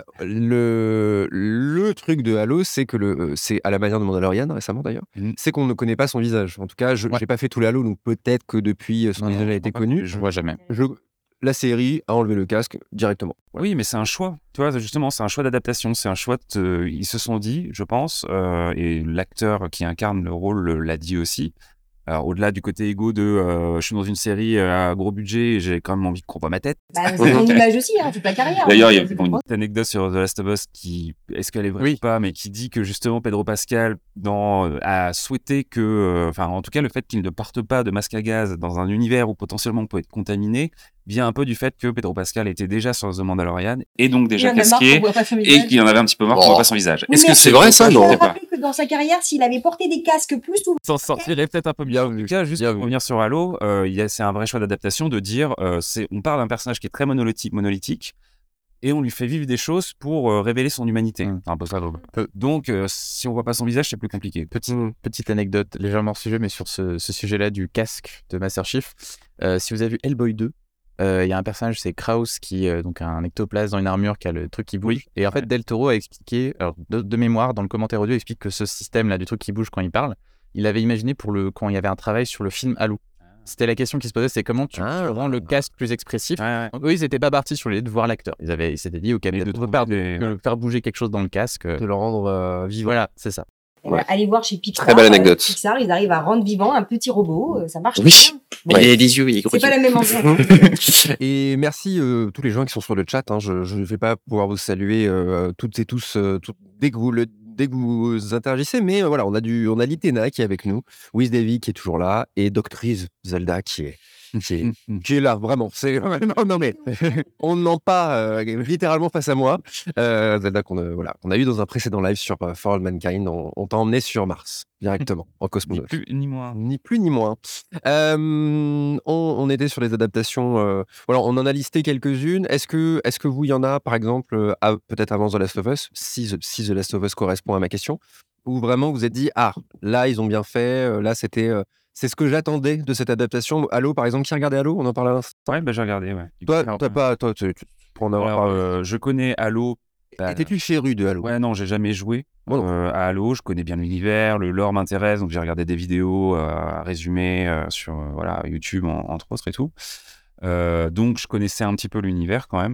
le, le truc de Halo, c'est que le, euh, c'est à la manière de Mandalorian récemment d'ailleurs, Mhm. c'est qu'on ne connaît pas son visage. En tout cas, je Ouais. n'ai pas fait tout le Halo, donc peut-être que depuis euh, son Non, visage non, a été pas connu. Je vois jamais. Je, la série a enlevé le casque directement. Oui, mais c'est un choix. Tu vois, justement, c'est un choix d'adaptation. C'est un choix. De... Ils se sont dit, je pense, euh, et l'acteur qui incarne le rôle l'a dit aussi. Alors, au-delà du côté égo de euh, je suis dans une série euh, à gros budget et j'ai quand même envie qu'on voit ma tête. Bah, c'est ton image aussi, hein, toute la carrière. D'ailleurs, il y a C'est une pour ça. petite anecdote sur The Last of Us qui, est-ce qu'elle est vraie Oui. ou pas, mais qui dit que justement Pedro Pascal dans, euh, a souhaité que, euh, enfin, en tout cas, le fait qu'il ne parte pas de masque à gaz dans un univers où potentiellement on peut être contaminé vient un peu du fait que Pedro Pascal était déjà sur The Mandalorian et donc déjà Il y en a marre qu'on casqué voit pas son et visage. qu'il en avait un petit peu marre qu'on voit pas son visage. Oui, Est-ce mais que c'est vrai, ça, Je non sais Je pas. rappelle que dans sa carrière, s'il avait porté des casques plus souvent, S'en sortirait peut-être un peu bien. En tout cas, juste Bien pour vu. revenir sur Halo, euh, il y a- c'est un vrai choix d'adaptation de dire, euh, c'est, on parle d'un personnage qui est très monolithique, monolithique et on lui fait vivre des choses pour euh, révéler son humanité. Mm. C'est un peu ça. donc. Donc, euh, si on voit pas son visage, c'est plus compliqué. Petite, petite anecdote légèrement hors sujet, mais sur ce, ce sujet-là du casque de Master Chief. Euh, si vous avez vu Hellboy deux, euh, il y a un personnage, c'est Kraus, qui euh, donc a un ectoplasme dans une armure, qui a le truc qui bouge. Oui. Et en fait, Ouais. Del Toro a expliqué, alors de, de mémoire, dans le commentaire audio, il explique que ce système-là du truc qui bouge quand il parle, il avait imaginé pour le quand il y avait un travail sur le film Halo. C'était la question qui se posait, c'est comment tu Ah, rends le casque plus expressif. Ouais, ouais. Donc, eux, ils n'étaient pas partis sur l'idée de voir l'acteur. Ils avaient, ils s'étaient dit, ok, Et peut-être de on peut trouver faire, des- euh, faire bouger quelque chose dans le casque. euh, De le rendre euh, vivant. Voilà, c'est ça. voilà, allez voir chez Pixar. Très belle anecdote. Euh, Pixar, ils arrivent à rendre vivant un petit robot, euh, ça marche Oui. très bien. Bon, Il y a des yeux, il est gros c'est pas yeux. la même ambiance. Et merci euh, tous les gens qui sont sur le chat, hein. Je ne vais pas pouvoir vous saluer euh, toutes et tous euh, tout- dès, que vous le, dès que vous interagissez, mais euh, voilà, on a, du, on a Litena qui est avec nous, Wiz Davy qui est toujours là, et Doctrice Zelda qui est, qui est, qui est là, vraiment. C'est, non, non, mais on n'en pas euh, littéralement face à moi. Euh, Zelda qu'on a, voilà, qu'on a eu dans un précédent live sur euh, For All Mankind, on, on t'a emmené sur Mars, directement, en Ni cosmonaute. plus ni moins. Ni plus ni moins. Euh, on, on était sur les adaptations. euh, voilà, on en a listé quelques-unes. Est-ce que, est-ce que vous, il y en a, par exemple, euh, à- peut-être avant The Last of Us, si, The- si The Last of Us correspond à ma question, où vraiment vous êtes dit, ah, là, ils ont bien fait, euh, là, c'était, euh, c'est ce que j'attendais de cette adaptation. Halo, par exemple, qui a regardé Halo? On en parle à l'instant. Ouais, bah, j'ai regardé, ouais. Du Toi, coup, alors, t'as pas, toi, tu, tu- pour en avoir alors, parlé. euh, je connais Halo. bah, Étais-tu féru de Halo? Ouais, non, j'ai jamais joué Moi non. euh, à Halo. Je connais bien l'univers, le lore m'intéresse, donc j'ai regardé des vidéos euh, résumées euh, sur euh, voilà, YouTube, en- entre autres et tout. Euh, donc, je connaissais un petit peu l'univers quand même.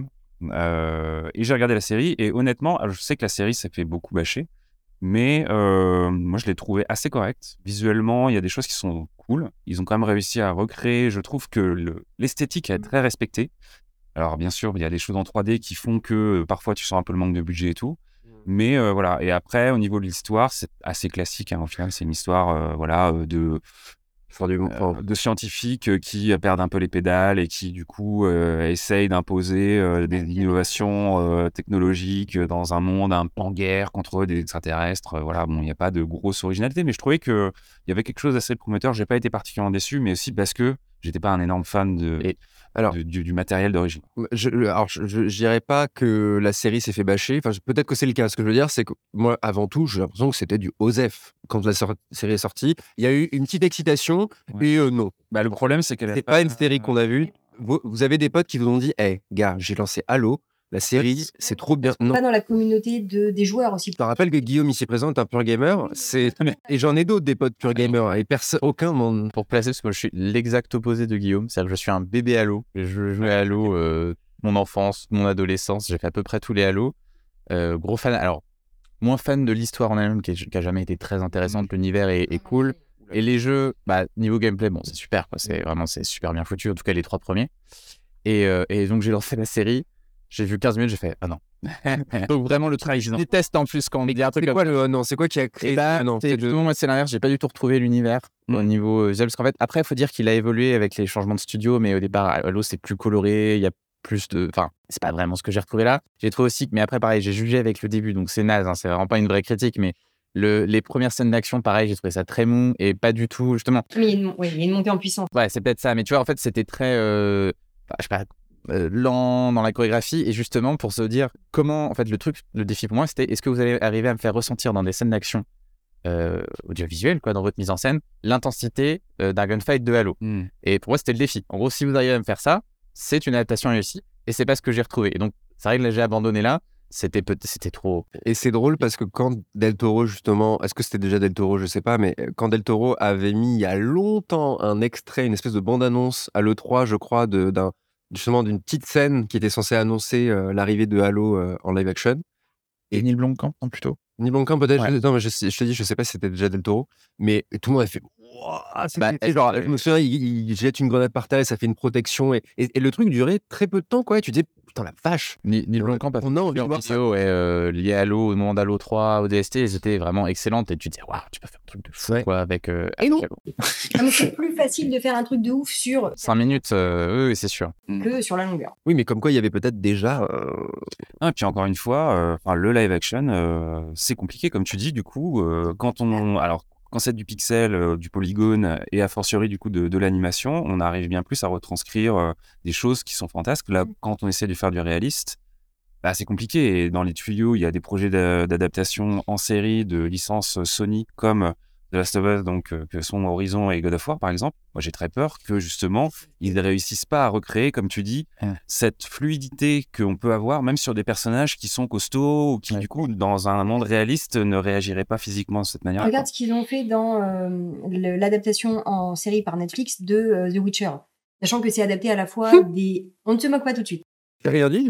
Euh, et j'ai regardé la série et honnêtement, alors, je sais que la série ça fait beaucoup bâcher, mais euh, moi je l'ai trouvé assez correcte. Visuellement, il y a des choses qui sont cool. Ils ont quand même réussi à recréer. Je trouve que le, l'esthétique est très respectée. Alors bien sûr, il y a des choses en trois D qui font que euh, parfois tu sens un peu le manque de budget et tout. Mais euh, voilà. Et après, au niveau de l'histoire, c'est assez classique. Hein, au final, c'est une histoire, euh, voilà, euh, de Faire du... enfin, euh, de scientifiques euh, qui euh, perdent un peu les pédales et qui du coup euh, essayent d'imposer euh, des innovations euh, technologiques euh, dans un monde un peu en guerre contre des extraterrestres. Euh, voilà, bon, il n'y a pas de grosse originalité, mais je trouvais qu'il y avait quelque chose d'assez prometteur. J'ai pas été particulièrement déçu, mais aussi parce que j'étais pas un énorme fan de, Et alors, de- du, du matériel d'origine. je, alors, je, je, je dirais pas que la série s'est fait bâcher. Enfin, je- peut-être que c'est le cas. Ce que je veux dire, c'est que moi, avant tout, j'ai l'impression que c'était du OSEF quand la sor- série est sortie. Il y a eu une petite excitation Ouais. et euh, non. Bah, le problème, c'est qu'elle a C'est pas une série qu'on a vue. Vous, vous avez des potes qui vous ont dit, hé, gars, j'ai lancé Halo, la série, c'est trop bien. Non. Pas dans la communauté de, des joueurs aussi. Je te rappelle que Guillaume ici présent est un pur gamer. C'est... Et j'en ai d'autres des potes pur gamers. Et personne, aucun m'en... Pour placer, parce que moi je suis l'exact opposé de Guillaume, c'est-à-dire que je suis un bébé Halo. Je jouais à Halo euh, mon enfance, mon adolescence, j'ai fait à peu près tous les Halo. Euh, gros fan, alors moins fan de l'histoire en elle-même qui, est- qui a jamais été très intéressante, l'univers est, est cool. Et les jeux, bah, niveau gameplay, bon, c'est super, quoi. C'est vraiment c'est super bien foutu, en tout cas les trois premiers. Et, euh, et donc j'ai lancé la série, j'ai vu quinze minutes, j'ai fait ah non. Donc vraiment le truc, je déteste en plus quand on me dit un truc C'est comme quoi le... euh, non, c'est quoi qui a créé... et bah, Ah non, c'est c'est tout le- le monde, moi, c'est l'inverse. J'ai pas du tout retrouvé l'univers Mm. au niveau euh, visuel. Parce qu'en fait, après, il faut dire qu'il a évolué avec les changements de studio, mais au départ, Halo, c'est plus coloré. Il y a plus de. Enfin, c'est pas vraiment ce que j'ai retrouvé là. J'ai trouvé aussi que, mais après, pareil, j'ai jugé avec le début, donc c'est naze. Hein, c'est vraiment pas une vraie critique, mais le, les premières scènes d'action, pareil, j'ai trouvé ça très mou et pas du tout, justement. Mais il y a une, mon- ouais, il y a une montée en puissance. Ouais, c'est peut-être ça. Mais tu vois, en fait, c'était très. euh, enfin, je sais pas. euh, lent dans la chorégraphie et justement pour se dire comment en fait le truc le défi pour moi c'était est-ce que vous allez arriver à me faire ressentir dans des scènes d'action euh, audiovisuelles quoi dans votre mise en scène l'intensité euh, d'un gunfight de Halo Mm. et pour moi c'était le défi en gros si vous arrivez à me faire ça c'est une adaptation réussie et c'est pas ce que j'ai retrouvé et donc c'est vrai que là j'ai abandonné là c'était peut c'était trop Et c'est drôle parce que quand Del Toro, justement, est-ce que c'était déjà Del Toro, je sais pas, mais quand Del Toro avait mis il y a longtemps un extrait, une espèce de bande-annonce à l'E trois, je crois, de, d'un, justement d'une petite scène qui était censée annoncer euh, l'arrivée de Halo euh, en live action. et Neil Blomkamp non plutôt Neil Blomkamp peut-être, Ouais. je, non, mais je, sais- je te dis, je sais pas si c'était déjà Del Toro, mais tout le monde a fait Wouah, c'est, Bah, c'est- c'est genre, je me souviens, il, il jette une grenade par terre et ça fait une protection, et, et, et le truc durait très peu de temps, quoi, et tu dis, putain, la vache. Neil Neil Blomkamp a fait On a envie de plusieurs voir ça. vidéos ouais, euh, liées à Halo, au monde Halo trois, au D S T, elles étaient vraiment excellentes et tu te dis waouh tu peux faire un truc de fou Ouais. quoi avec euh, Et non. avec Halo. Ah, mais c'est plus facile de faire un truc de ouf sur cinq minutes euh, oui, oui c'est sûr. que sur la longueur. Oui, mais comme quoi, il y avait peut-être déjà... euh, Ah, et puis encore une fois, euh, enfin, le live action, euh, c'est compliqué, comme tu dis, du coup, euh, quand on, alors, quand c'est du pixel, euh, du polygone, et a fortiori, du coup, de, de l'animation, on arrive bien plus à retranscrire euh, des choses qui sont fantasques. Là, quand on essaie de faire du réaliste, bah, c'est compliqué. Et dans les tuyaux, il y a des projets d'a- d'adaptation en série de licences Sony, comme The Last of Us, donc, euh, que sont Horizon et God of War, par exemple. Moi, j'ai très peur que, justement, ils ne réussissent pas à recréer, comme tu dis, Ouais. cette fluidité qu'on peut avoir, même sur des personnages qui sont costauds ou qui, Ouais. du coup, dans un monde réaliste, ne réagiraient pas physiquement de cette manière. Regarde ce qu'ils ont fait dans euh, le- l'adaptation en série par Netflix de euh, The Witcher. Sachant que c'est adapté à la fois des... On ne se moque pas tout de suite. J'ai rien dit.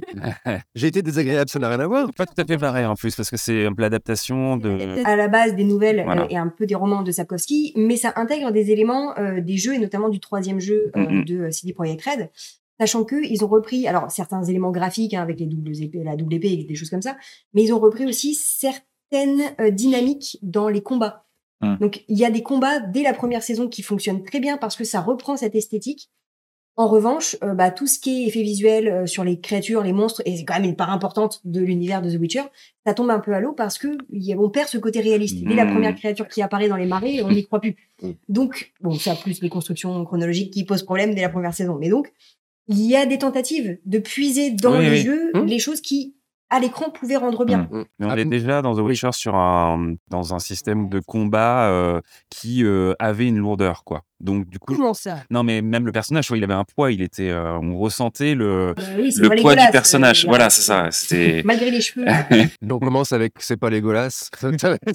J'ai été désagréable, ça n'a rien à voir. Pas tout à fait pareil, en plus, parce que c'est un peu l'adaptation de... À la base des nouvelles Voilà. euh, et un peu des romans de Sapkowski, mais ça intègre des éléments euh, des jeux et notamment du troisième jeu euh, Mhm. de euh, C D Projekt Red, sachant que ils ont repris alors certains éléments graphiques hein, avec les doubles épées, la double épée et des choses comme ça, mais ils ont repris aussi certaines euh, dynamiques dans les combats. Mhm. Donc il y a des combats dès la première saison qui fonctionnent très bien parce que ça reprend cette esthétique. En revanche, euh, bah, tout ce qui est effet visuel euh, sur les créatures, les monstres, et c'est quand même une part importante de l'univers de The Witcher, ça tombe un peu à l'eau parce que y a, on perd ce côté réaliste. Dès la Mm. première créature qui apparaît dans les marais, on n'y croit plus. Mm. Donc, bon, ça plus les constructions chronologiques qui posent problème dès la première saison. Mais donc, il y a des tentatives de puiser dans Oui, les oui. jeux Mm. les choses qui, à l'écran, pouvaient rendre bien. Mm. Mais on Ah, est déjà dans The Witcher sur un, dans un système de combat euh, qui euh, avait une lourdeur, quoi. Donc, du coup, Comment ça non, mais même le personnage, tu vois, il avait un poids, il était, euh, on ressentait le, Euh, oui, c'est le pas poids du Legolas, personnage. euh, Voilà, c'est ça. C'était. Malgré les cheveux. Donc on commence avec c'est pas Legolas. ça, va être-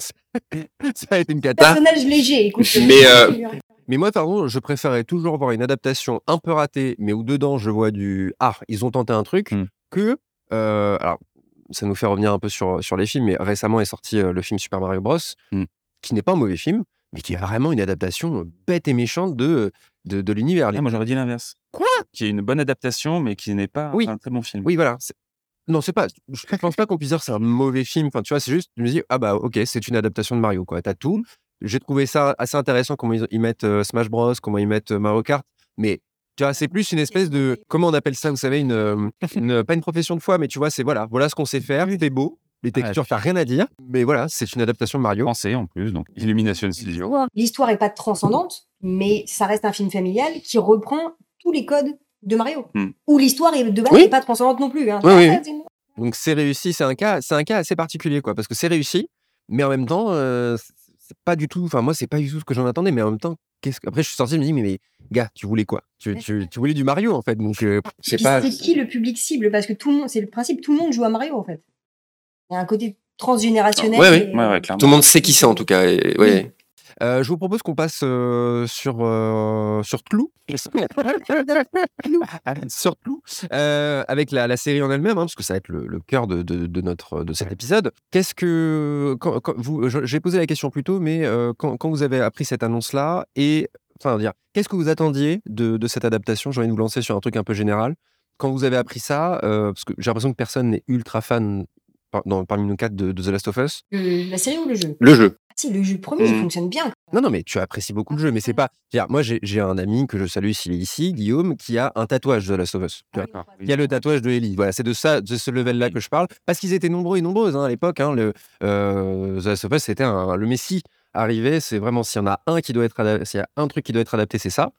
ça va être une cata. Personnage léger, écoute. Mais, euh, Mais moi, pardon, je préférais toujours voir une adaptation un peu ratée, mais où dedans je vois du ah, ils ont tenté un truc, Mm. que, euh, alors, ça nous fait revenir un peu sur, sur les films, mais récemment est sorti euh, le film Super Mario Bros, Mm. qui n'est pas un mauvais film, mais qui est vraiment une adaptation euh, bête et méchante de, de, de l'univers. Ah, moi, j'aurais dit l'inverse. Quoi ? Qui est une bonne adaptation, mais qui n'est pas Oui. un très bon film. Oui, voilà. c'est- Non, c'est pas. Je pense pas qu'on puisse dire que c'est un mauvais film. Enfin, tu vois, c'est juste, je me dis, ah bah, ok, c'est une adaptation de Mario, quoi. T'as tout. J'ai trouvé ça assez intéressant comment ils, ils mettent euh, Smash Bros, comment ils mettent euh, Mario Kart. Mais, tu vois, c'est plus une espèce de. Comment on appelle ça, vous savez, une, euh, une- pas une profession de foi, mais tu vois, c'est voilà, voilà ce qu'on sait faire. C'est beau. Les textures, t'as rien à dire. Mais voilà, c'est une adaptation de Mario. Français en plus, donc Illumination Studio. L'histoire est pas transcendante, mais ça reste un film familial qui reprend tous les codes de Mario. Hmm. Où l'histoire est de base Oui. n'est pas transcendante non plus. Hein. Oui, oui, Ah, oui. c'est- Donc c'est réussi, c'est un cas, c'est un cas assez particulier, quoi, parce que c'est réussi, mais en même temps, euh, c'est c'est pas du tout. Enfin, moi, c'est pas du tout ce que j'en attendais, mais en même temps, qu'est-ce que... après, je suis sorti, je me dis, mais, mais gars, tu voulais quoi tu, tu, tu voulais du Mario, en fait, donc euh, je sais Puis pas. c'est qui le public cible? Parce que tout le monde, c'est le principe, tout le monde joue à Mario en fait. Il y a un côté transgénérationnel. Ouais, ouais. et, Ouais, euh, ouais, clairement. Tout le monde sait qui c'est, en tout cas. Et, ouais. Oui. Euh, je vous propose qu'on passe euh, sur euh, sur Clou, sur Clou, euh, avec la, la série en elle-même, hein, parce que ça va être le, le cœur de, de, de notre de cet épisode. Qu'est-ce que quand, quand vous, je- j'ai posé la question plus tôt, mais euh, quand, quand vous avez appris cette annonce-là et enfin dire, qu'est-ce que vous attendiez de, de cette adaptation? J'ai envie de vous lancer sur un truc un peu général. Quand vous avez appris ça, euh, parce que j'ai l'impression que personne n'est ultra fan par- dans- parmi nous quatre de, de The Last of Us. Le- la série ou le jeu? Le jeu. Ah, si, le jeu premier, il Mm. fonctionne bien. Non, non, mais tu apprécies beaucoup le jeu, mais c'est pas. C'est-à-dire, moi, j'ai j'ai un ami que je salue s'il est ici, Guillaume, qui a un tatouage de The Last of Us. Tu vois. D'accord. Il y a le tatouage de Ellie. Voilà, c'est de ça, de ce level-là que je parle. Parce qu'ils étaient nombreux et nombreuses hein, à l'époque. Hein, le euh, The Last of Us, c'était un- le Messie arrivé. C'est vraiment s'il y en a un qui doit être adapté, s'il y a un truc qui doit être adapté, c'est ça.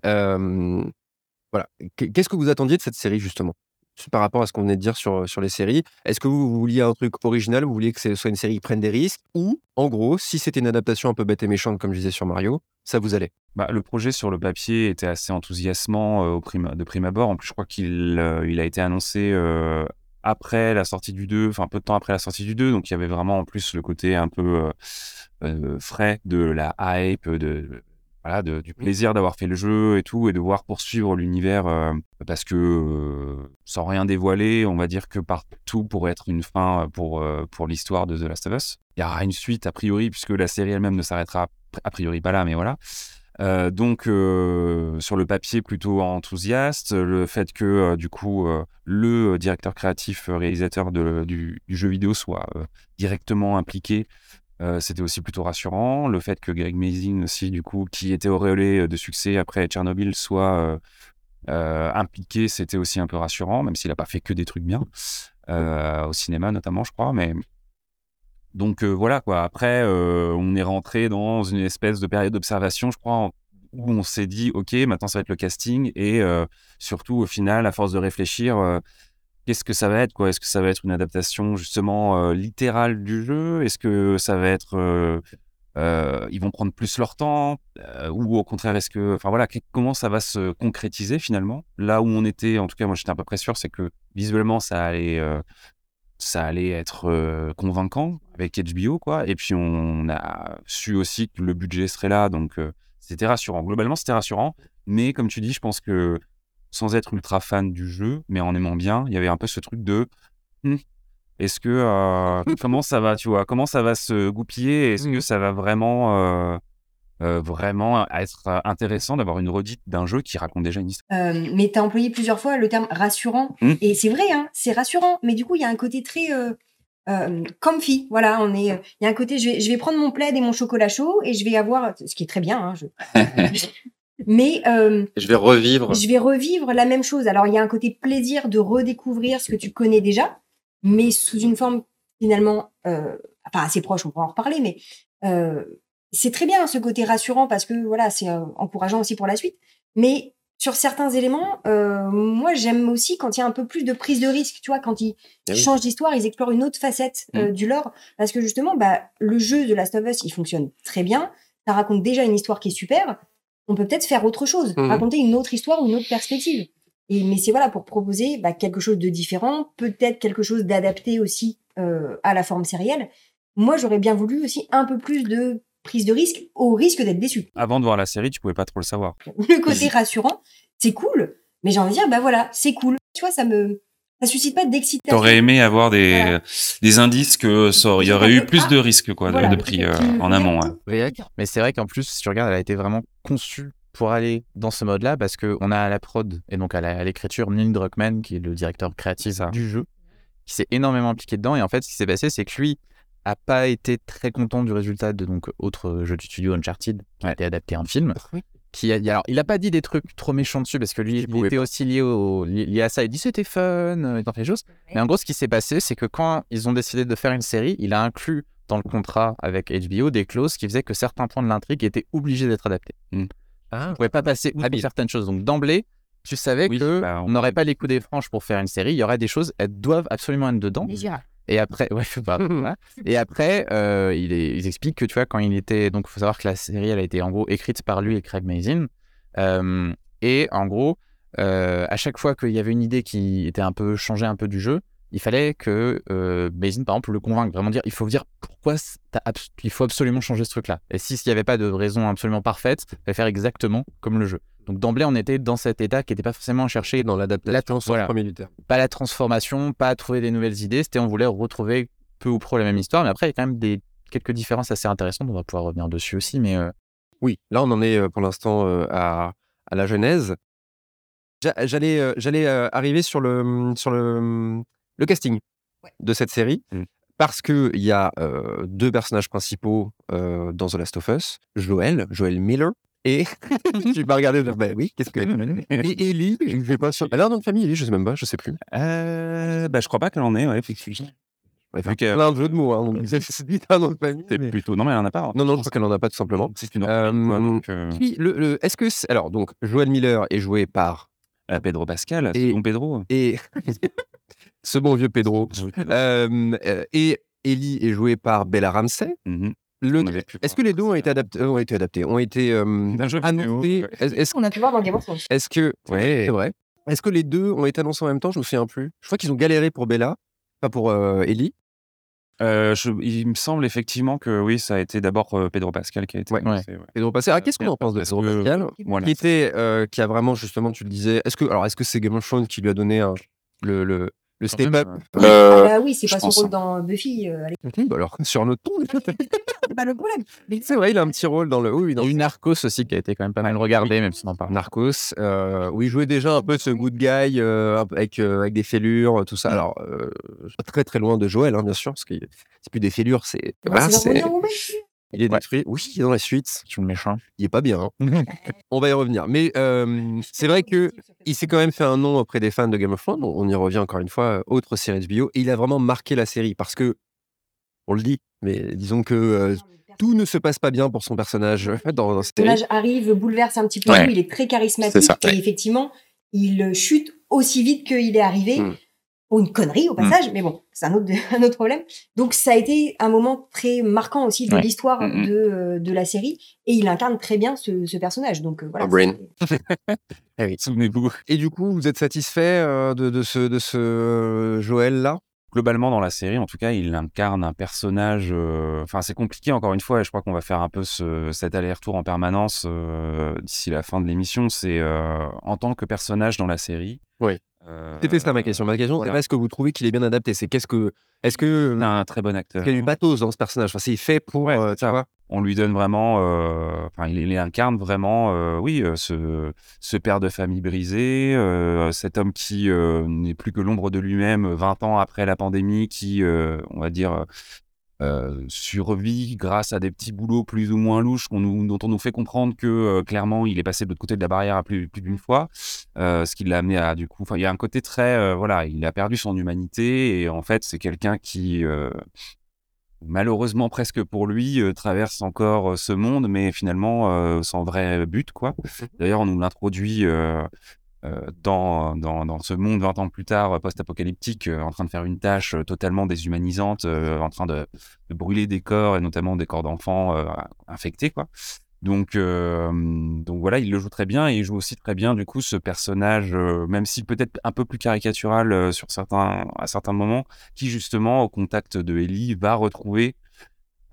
Euh, voilà. Qu- Qu'est-ce que vous attendiez de cette série justement? Par rapport à ce qu'on venait de dire sur, sur les séries, est-ce que vous, vous vouliez un truc original, vous vouliez que ce soit une série qui prenne des risques, ou, en gros, si c'était une adaptation un peu bête et méchante, comme je disais sur Mario, ça vous allait? Bah, le projet sur le papier était assez enthousiasmant euh, au prime, de prime abord. En plus, je crois qu'il euh, il a été annoncé euh, après la sortie du deux, enfin peu de temps après la sortie du deux. Donc il y avait vraiment en plus le côté un peu euh, euh, frais de la hype, de, voilà, de- du plaisir d'avoir fait le jeu et tout, et de voir poursuivre l'univers. euh, parce que, euh, sans rien dévoiler, on va dire que partout pourrait être une fin pour, euh, pour l'histoire de The Last of Us. Il y aura une suite a priori, puisque la série elle-même ne s'arrêtera a priori pas là, mais voilà. Euh, donc, euh, sur le papier, plutôt enthousiaste. Le fait que, euh, du coup, euh, le directeur créatif, euh, réalisateur de- du, du jeu vidéo soit euh, directement impliqué, euh, c'était aussi plutôt rassurant. Le fait que Greg Mazin aussi, du coup, qui était auréolé de succès après Tchernobyl, soit euh, euh, impliqué, c'était aussi un peu rassurant, même s'il n'a pas fait que des trucs bien, euh, au cinéma notamment, je crois, mais... Donc euh, voilà quoi. Après, euh, on est rentré dans une espèce de période d'observation, je crois, en- où on s'est dit, ok, maintenant ça va être le casting, et euh, surtout au final, à force de réfléchir, euh, qu'est-ce que ça va être quoi? Est-ce que ça va être une adaptation justement euh, littérale du jeu? Est-ce que ça va être, euh, euh, ils vont prendre plus leur temps, euh, ou au contraire, est-ce que, enfin voilà, que- comment ça va se concrétiser finalement? Là où on était, en tout cas, moi j'étais à peu près sûr, c'est que visuellement ça allait. euh, ça allait être euh, convaincant avec H B O, quoi. Et puis, on a su aussi que le budget serait là, donc euh, c'était rassurant. Globalement, c'était rassurant, mais comme tu dis, je pense que sans être ultra fan du jeu, mais en aimant bien, il y avait un peu ce truc de hmm, est-ce que euh, comment ça va, tu vois, comment ça va se goupiller? Est-ce que ça va vraiment euh, euh, vraiment être euh, intéressant d'avoir une redite d'un jeu qui raconte déjà une histoire? Euh, mais tu as employé plusieurs fois le terme rassurant. Mm. Et c'est vrai, hein, c'est rassurant. Mais du coup, il y a un côté très euh, euh, comfy. Voilà, on est. Il y a un côté, je vais, je vais prendre mon plaid et mon chocolat chaud et je vais avoir, ce qui est très bien. Hein, je... mais euh, Je vais revivre. je vais revivre la même chose. Alors, il y a un côté plaisir de redécouvrir ce que tu connais déjà, mais sous une forme finalement, euh, enfin assez proche. On pourra en reparler, mais euh, c'est très bien ce côté rassurant parce que voilà, c'est euh, encourageant aussi pour la suite. Mais sur certains éléments, euh, moi j'aime aussi quand il y a un peu plus de prise de risque, tu vois, quand ils Ah oui. changent d'histoire, ils explorent une autre facette euh, du lore, parce que justement, bah, le jeu de Last of Us, il fonctionne très bien, ça raconte déjà une histoire qui est super, on peut peut-être faire autre chose, Mhm. raconter une autre histoire ou une autre perspective. Et, mais c'est voilà, pour proposer bah, quelque chose de différent, peut-être quelque chose d'adapté aussi euh, à la forme sérielle. Moi, j'aurais bien voulu aussi un peu plus de prise de risque, au risque d'être déçu. Avant de voir la série, tu pouvais pas trop le savoir. Le côté rassurant, c'est cool, mais j'ai envie de dire, bah voilà, c'est cool. Tu vois, ça me, Ça suscite pas d'excitation. T'aurais aimé avoir des, Voilà. des indices que ça aurait- il y aurait eu plus de risques quoi, de, Voilà, de pris euh, qui- en amont. Ouais. Réac Mais c'est vrai qu'en plus, si tu regardes, elle a été vraiment conçue pour aller dans ce mode-là parce qu'on a à la prod et donc à la- à l'écriture Neil Druckmann, qui est le directeur créatif Ça. du jeu, qui s'est énormément impliqué dedans. Et en fait, ce qui s'est passé, c'est que lui a pas été très content du résultat de donc autre jeu du studio Uncharted qui a Ouais. été adapté en film. Oui. Qui a, alors, il a pas dit des trucs trop méchants dessus parce que lui, Il il pouvait était pas. aussi lié, au, li- lié à ça. Il dit c'était fun, euh, il en fait des choses. Mais en gros, ce qui s'est passé, c'est que quand ils ont décidé de faire une série, il a inclus dans le contrat avec H B O des clauses qui faisaient que certains points de l'intrigue étaient obligés d'être adaptés. Ah, On ne pouvait pas passer outre Habile. certaines choses. Donc d'emblée, tu savais Oui, que bah, on- on n'aurait pas les coups des franges pour faire une série. Il y aurait des choses, elles doivent absolument être dedans. Mais j'irai. Et après, ouais, bah, voilà. Et après, euh, il est- ils expliquent que tu vois, quand il était, donc, il faut savoir que la série, elle a été en gros écrite par lui et Craig Mazin. Euh, et en gros, euh, à chaque fois qu'il y avait une idée qui était un peu changée un peu du jeu, il fallait que euh, Mazin, par exemple, le convainque, vraiment dire, il faut dire pourquoi c- t'as abs- il faut absolument changer ce truc-là. Et si s'il n'y avait pas de raison absolument parfaite, il fallait faire exactement comme le jeu. Donc d'emblée, on était dans cet état qui n'était pas forcément à chercher dans l'adaptation sur voilà. trois militaires. pas la transformation, pas à trouver des nouvelles idées. C'était on voulait retrouver peu ou prou la même histoire, mais après il y a quand même des quelques différences assez intéressantes. On va pouvoir revenir dessus aussi, mais euh, Oui, là on en est euh, pour l'instant euh, à, à la genèse. J'a- J'allais euh, j'allais euh, arriver sur le sur le, le casting Ouais. de cette série Mm. parce que il y a euh, deux personnages principaux euh, dans The Last of Us, Joel, Joel Miller et tu m'as regardé genre, bah oui, qu'est-ce que et Ellie, je vais pas sur. Elle a un nom de famille, Ellie, je sais même pas, je sais plus. Euh, bah, je crois pas qu'elle en ait, ouais, effectivement. Ouais, Vu que- plein de jeux de mots, hein, donc c'est dit un nom de famille. C'est mais- plutôt. Non, mais elle en a pas. hein. Non non, je crois qu'elle en a pas tout simplement. C'est une Euh, orpheline, quoi, donc, euh, Puis, le, le- est-ce que c'est- alors donc Joel Miller est joué par euh, Pedro Pascal, Et- second Pedro. et ce bon vieux Pedro. Euh, euh, et Ellie est jouée par Bella Ramsey. Mhm. Le- On avait pu Est-ce voir. que les deux ont été adaptés, ont été adaptés, ont été euh, D'un jeu vidéo, annoncés ouais. Est-ce est-ce- On a pu voir dans Game of Thrones. est-ce que Ouais. c'est vrai Est-ce que les deux ont été annoncés en même temps? Je me souviens plus. Je crois qu'ils ont galéré pour Bella, pas pour euh, Ellie. Euh, je- il me semble effectivement que oui, ça a été d'abord euh, Pedro Pascal qui a été. Ouais. annoncé, ouais. Pedro Pascal. Ah, qu'est-ce qu'on en pense de Parce Pedro que- Pascal Voilà. qui était, euh, qui a vraiment justement, tu le disais. Est-ce que, alors, est-ce que c'est Game of Thrones qui lui a donné un- le le, le Quand step même, up Ah bah oui, c'est je pas son pense, rôle hein. dans Buffy. euh, Alex. Mhm, bah alors sur notre ton. C'est pas le problème. Mais C'est vrai, il a un petit rôle dans le. Oui, oui, il y dans a eu Narcos aussi qui a été quand même pas mal regardé, même si on en parle. Narcos, euh, où il jouait déjà un peu ce good guy euh, un peu avec, euh, avec des fêlures, tout ça. Alors, euh, très très loin de Joël, hein, bien sûr, parce que c'est plus des fêlures, c'est. Voilà, c'est dans c'est- Wonder Woman. il est Ouais. détruit. Oui, il est dans la suite. Je suis le méchant. Il est pas bien. hein. On va y revenir. Mais euh, c'est vrai que il s'est quand même fait un nom auprès des fans de Game of Thrones. On y revient encore une fois, euh, autre série H B O. Et il a vraiment marqué la série parce que, on le dit, mais disons que euh, tout ne se passe pas bien pour son personnage euh, dans, dans cette Le série. personnage arrive, bouleverse un petit peu Ouais. tout, il est très C'est charismatique ça. et effectivement, il chute aussi vite qu'il est arrivé. Mm. Pour une connerie au passage, mais bon, c'est un autre, un autre problème. Donc ça a été un moment très marquant aussi de Ouais. l'histoire Mm, mm. de, euh, de la série et il incarne très bien ce, ce personnage. Donc euh, voilà. Un brain. c'est- Eh oui. Souvenez-vous. Et du coup, vous êtes satisfait euh, de, de ce, de ce euh, Joël-là? Globalement, dans la série, en tout cas, il incarne un personnage. euh, Enfin, c'est compliqué, encore une fois, et je crois qu'on va faire un peu ce, cet aller-retour en permanence euh, d'ici la fin de l'émission. C'est euh, en tant que personnage dans la série. Oui. euh, C'était ça ma question. Ma question, voilà. c'est pas est-ce que vous trouvez qu'il est bien adapté, c'est qu'est-ce que. Est-ce que. C'est un très bon acteur. Est-ce qu'il y a du pathos dans ce personnage? Enfin, c'est fait pour. Ouais, euh, c'est tu ça. vois. On lui donne vraiment, euh, enfin, il, il incarne vraiment, euh, oui, euh, ce, ce père de famille brisé, euh, cet homme qui euh, n'est plus que l'ombre de lui-même vingt ans après la pandémie, qui, euh, on va dire, euh, survit grâce à des petits boulots plus ou moins louches qu'on nous, dont on nous fait comprendre que euh, clairement il est passé de l'autre côté de la barrière à plus, plus d'une fois, euh, ce qui l'a amené à du coup, enfin, il y a un côté très, euh, voilà, il a perdu son humanité et en fait c'est quelqu'un qui euh, malheureusement presque pour lui, euh, traverse encore euh, ce monde, mais finalement euh, sans vrai but, quoi. D'ailleurs, on nous l'introduit euh, euh, dans, dans, dans ce monde vingt ans plus tard, euh, post-apocalyptique, euh, en train de faire une tâche euh, totalement déshumanisante, euh, en train de, de brûler des corps, et notamment des corps d'enfants euh, infectés, quoi. Donc, euh, donc voilà, il le joue très bien et il joue aussi très bien du coup ce personnage, euh, même si peut-être un peu plus caricatural euh, sur certains, à certains moments, qui justement au contact de Ellie va retrouver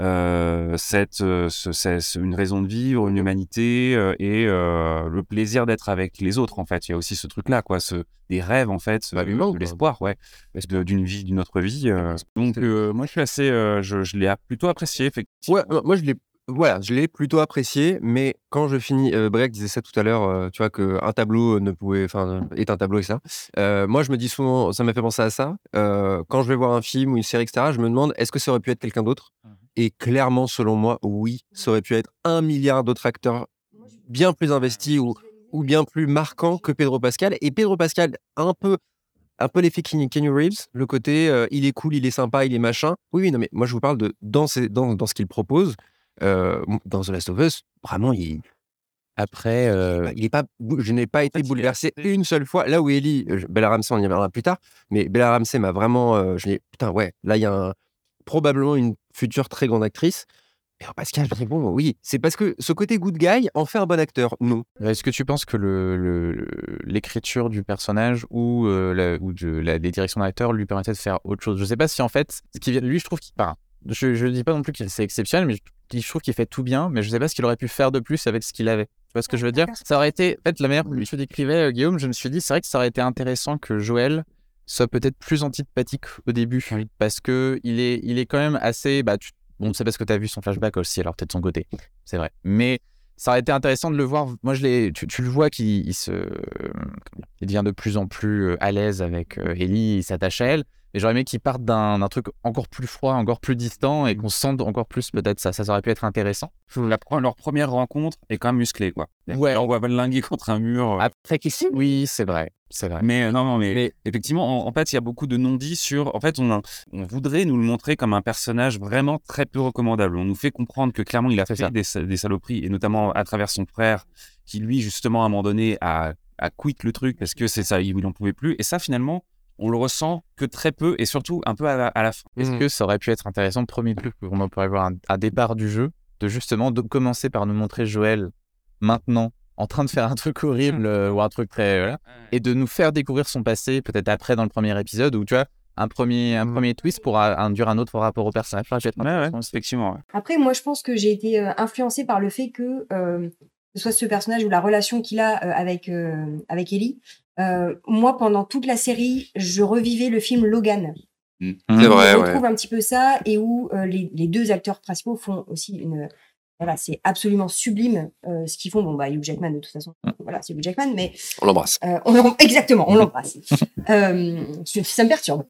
euh, cette, euh, ce, c'est une raison de vivre, une humanité euh, et euh, le plaisir d'être avec les autres en fait. Il y a aussi ce truc-là, quoi, ce, des rêves en fait, Bah, de, l'humain, de l'espoir, ouais, de- d'une vie, d'une autre vie. euh. Donc euh, moi je suis assez, euh, je, je l'ai plutôt apprécié effectivement. Ouais, euh, moi je l'ai voilà, je l'ai plutôt apprécié, mais quand je finis, heu, Break disait ça tout à l'heure, heu, tu vois qu'un tableau ne pouvait enfin, est un tableau et cetera. Heu, moi je me dis souvent ça m'a fait penser à ça, heu, quand je vais voir un film ou une série et cetera, je me demande: «Est-ce que ça aurait pu être quelqu'un d'autre?» Mmh. Et clairement, selon moi, oui, ça aurait pu être un milliard d'autres acteurs bien plus investis ou ou bien plus marquants que Pedro Pascal et Pedro Pascal, un peu un peu l'effet Keanu Keanu Reeves, le côté, heu, il est cool, il est sympa, il est machin. Oui, oui, non, mais moi je vous parle de dans ses dans dans ce qu'il propose, heu, m dans The Last of Us, vraiment il Après, heu, bah, il est pas bou je n'ai pas été fait, il est bouleversé assez- une seule fois. Là où Ellie, heu, Bella Ramsey, on y reviendra plus tard, mais Bella Ramsey m'a vraiment, heu, je l'ai putain, ouais, là il y a un probablement une future très grande actrice. Pedro Pascal, je dis: «Bon, oui». C'est parce que ce côté good guy en fait un bon acteur. Non. est-ce que tu penses que le le le l'écriture du personnage ou, heu, la ou de la les directions d'acteurs lui permettaient de faire autre chose? Je sais pas si en fait, ce qui vient lui, je trouve qu'il enfin, je je dis pas non plus que c'est exceptionnel, mais je je trouve qu'il fait tout bien, mais je sais pas ce qu'il aurait pu faire de plus avec ce qu'il avait. Tu vois ce que je veux dire? Ça aurait été en fait, la manière dont tu décrivais, heu, Guillaume, je me suis dit: «C'est vrai que ça aurait été intéressant que Joël soit peut-être plus antipathique au début». Oui. Parce qu'il est il est quand même assez, bah, tu bon, c'est parce que tu as vu son flashback aussi, alors peut-être de son côté, c'est vrai. Mais ça aurait été intéressant de le voir. Moi, je l'ai tu tu le vois qu'il il se comment dire? Il devient de plus en plus, heu, à l'aise avec, heu, Ellie, il s'attache à elle. Et j'aurais aimé qu'ils partent d'un d'un truc encore plus froid, encore plus distant et qu'on sente encore plus peut-être ça. Ça, ça aurait pu être intéressant. La pre- leur première rencontre est quand même musclée, quoi. Ouais. Là, on voit linguer contre un mur. euh, Après qu'ici oui, c'est vrai, c'est vrai. Mais euh, non, non, mais, Mais- effectivement, en, en fait, il y a beaucoup de non-dits sur. En fait, on, a- on voudrait nous le montrer comme un personnage vraiment très peu recommandable. On nous fait comprendre que clairement, il a C'est fait ça. des, sa- des saloperies, et notamment à travers son frère, qui lui, justement, à un moment donné, a, a quitté le truc parce que c'est ça, il n'en pouvait plus. Et ça, finalement, on le ressent que très peu, et surtout un peu à la, à la fin. Est-ce que ça aurait pu être intéressant, premier truc, on pourrait voir un, un départ du jeu, de justement de commencer par nous montrer Joël maintenant en train de faire un truc horrible euh, ou un truc très voilà, et de nous faire découvrir son passé peut-être après dans le premier épisode où tu vois un premier un premier twist pour a- induire un autre rapport au personnage. Ça aurait pu être Ouais, ouais, intéressant aussi. effectivement. ouais. Après, moi, je pense que j'ai été euh, influencée par le fait que euh, que ce soit ce personnage ou la relation qu'il a euh, avec euh, avec Ellie. Euh, moi, pendant toute la série, je revivais le film Logan. C'est Où vrai, on ouais. retrouve un petit peu ça et où euh, les, les deux acteurs principaux font aussi une voilà, c'est absolument sublime euh, ce qu'ils font. Bon bah Hugh Jackman de toute façon, voilà, c'est Hugh Jackman, mais On l'embrasse. euh, on l'em- exactement, on l'embrasse. euh, ça me perturbe.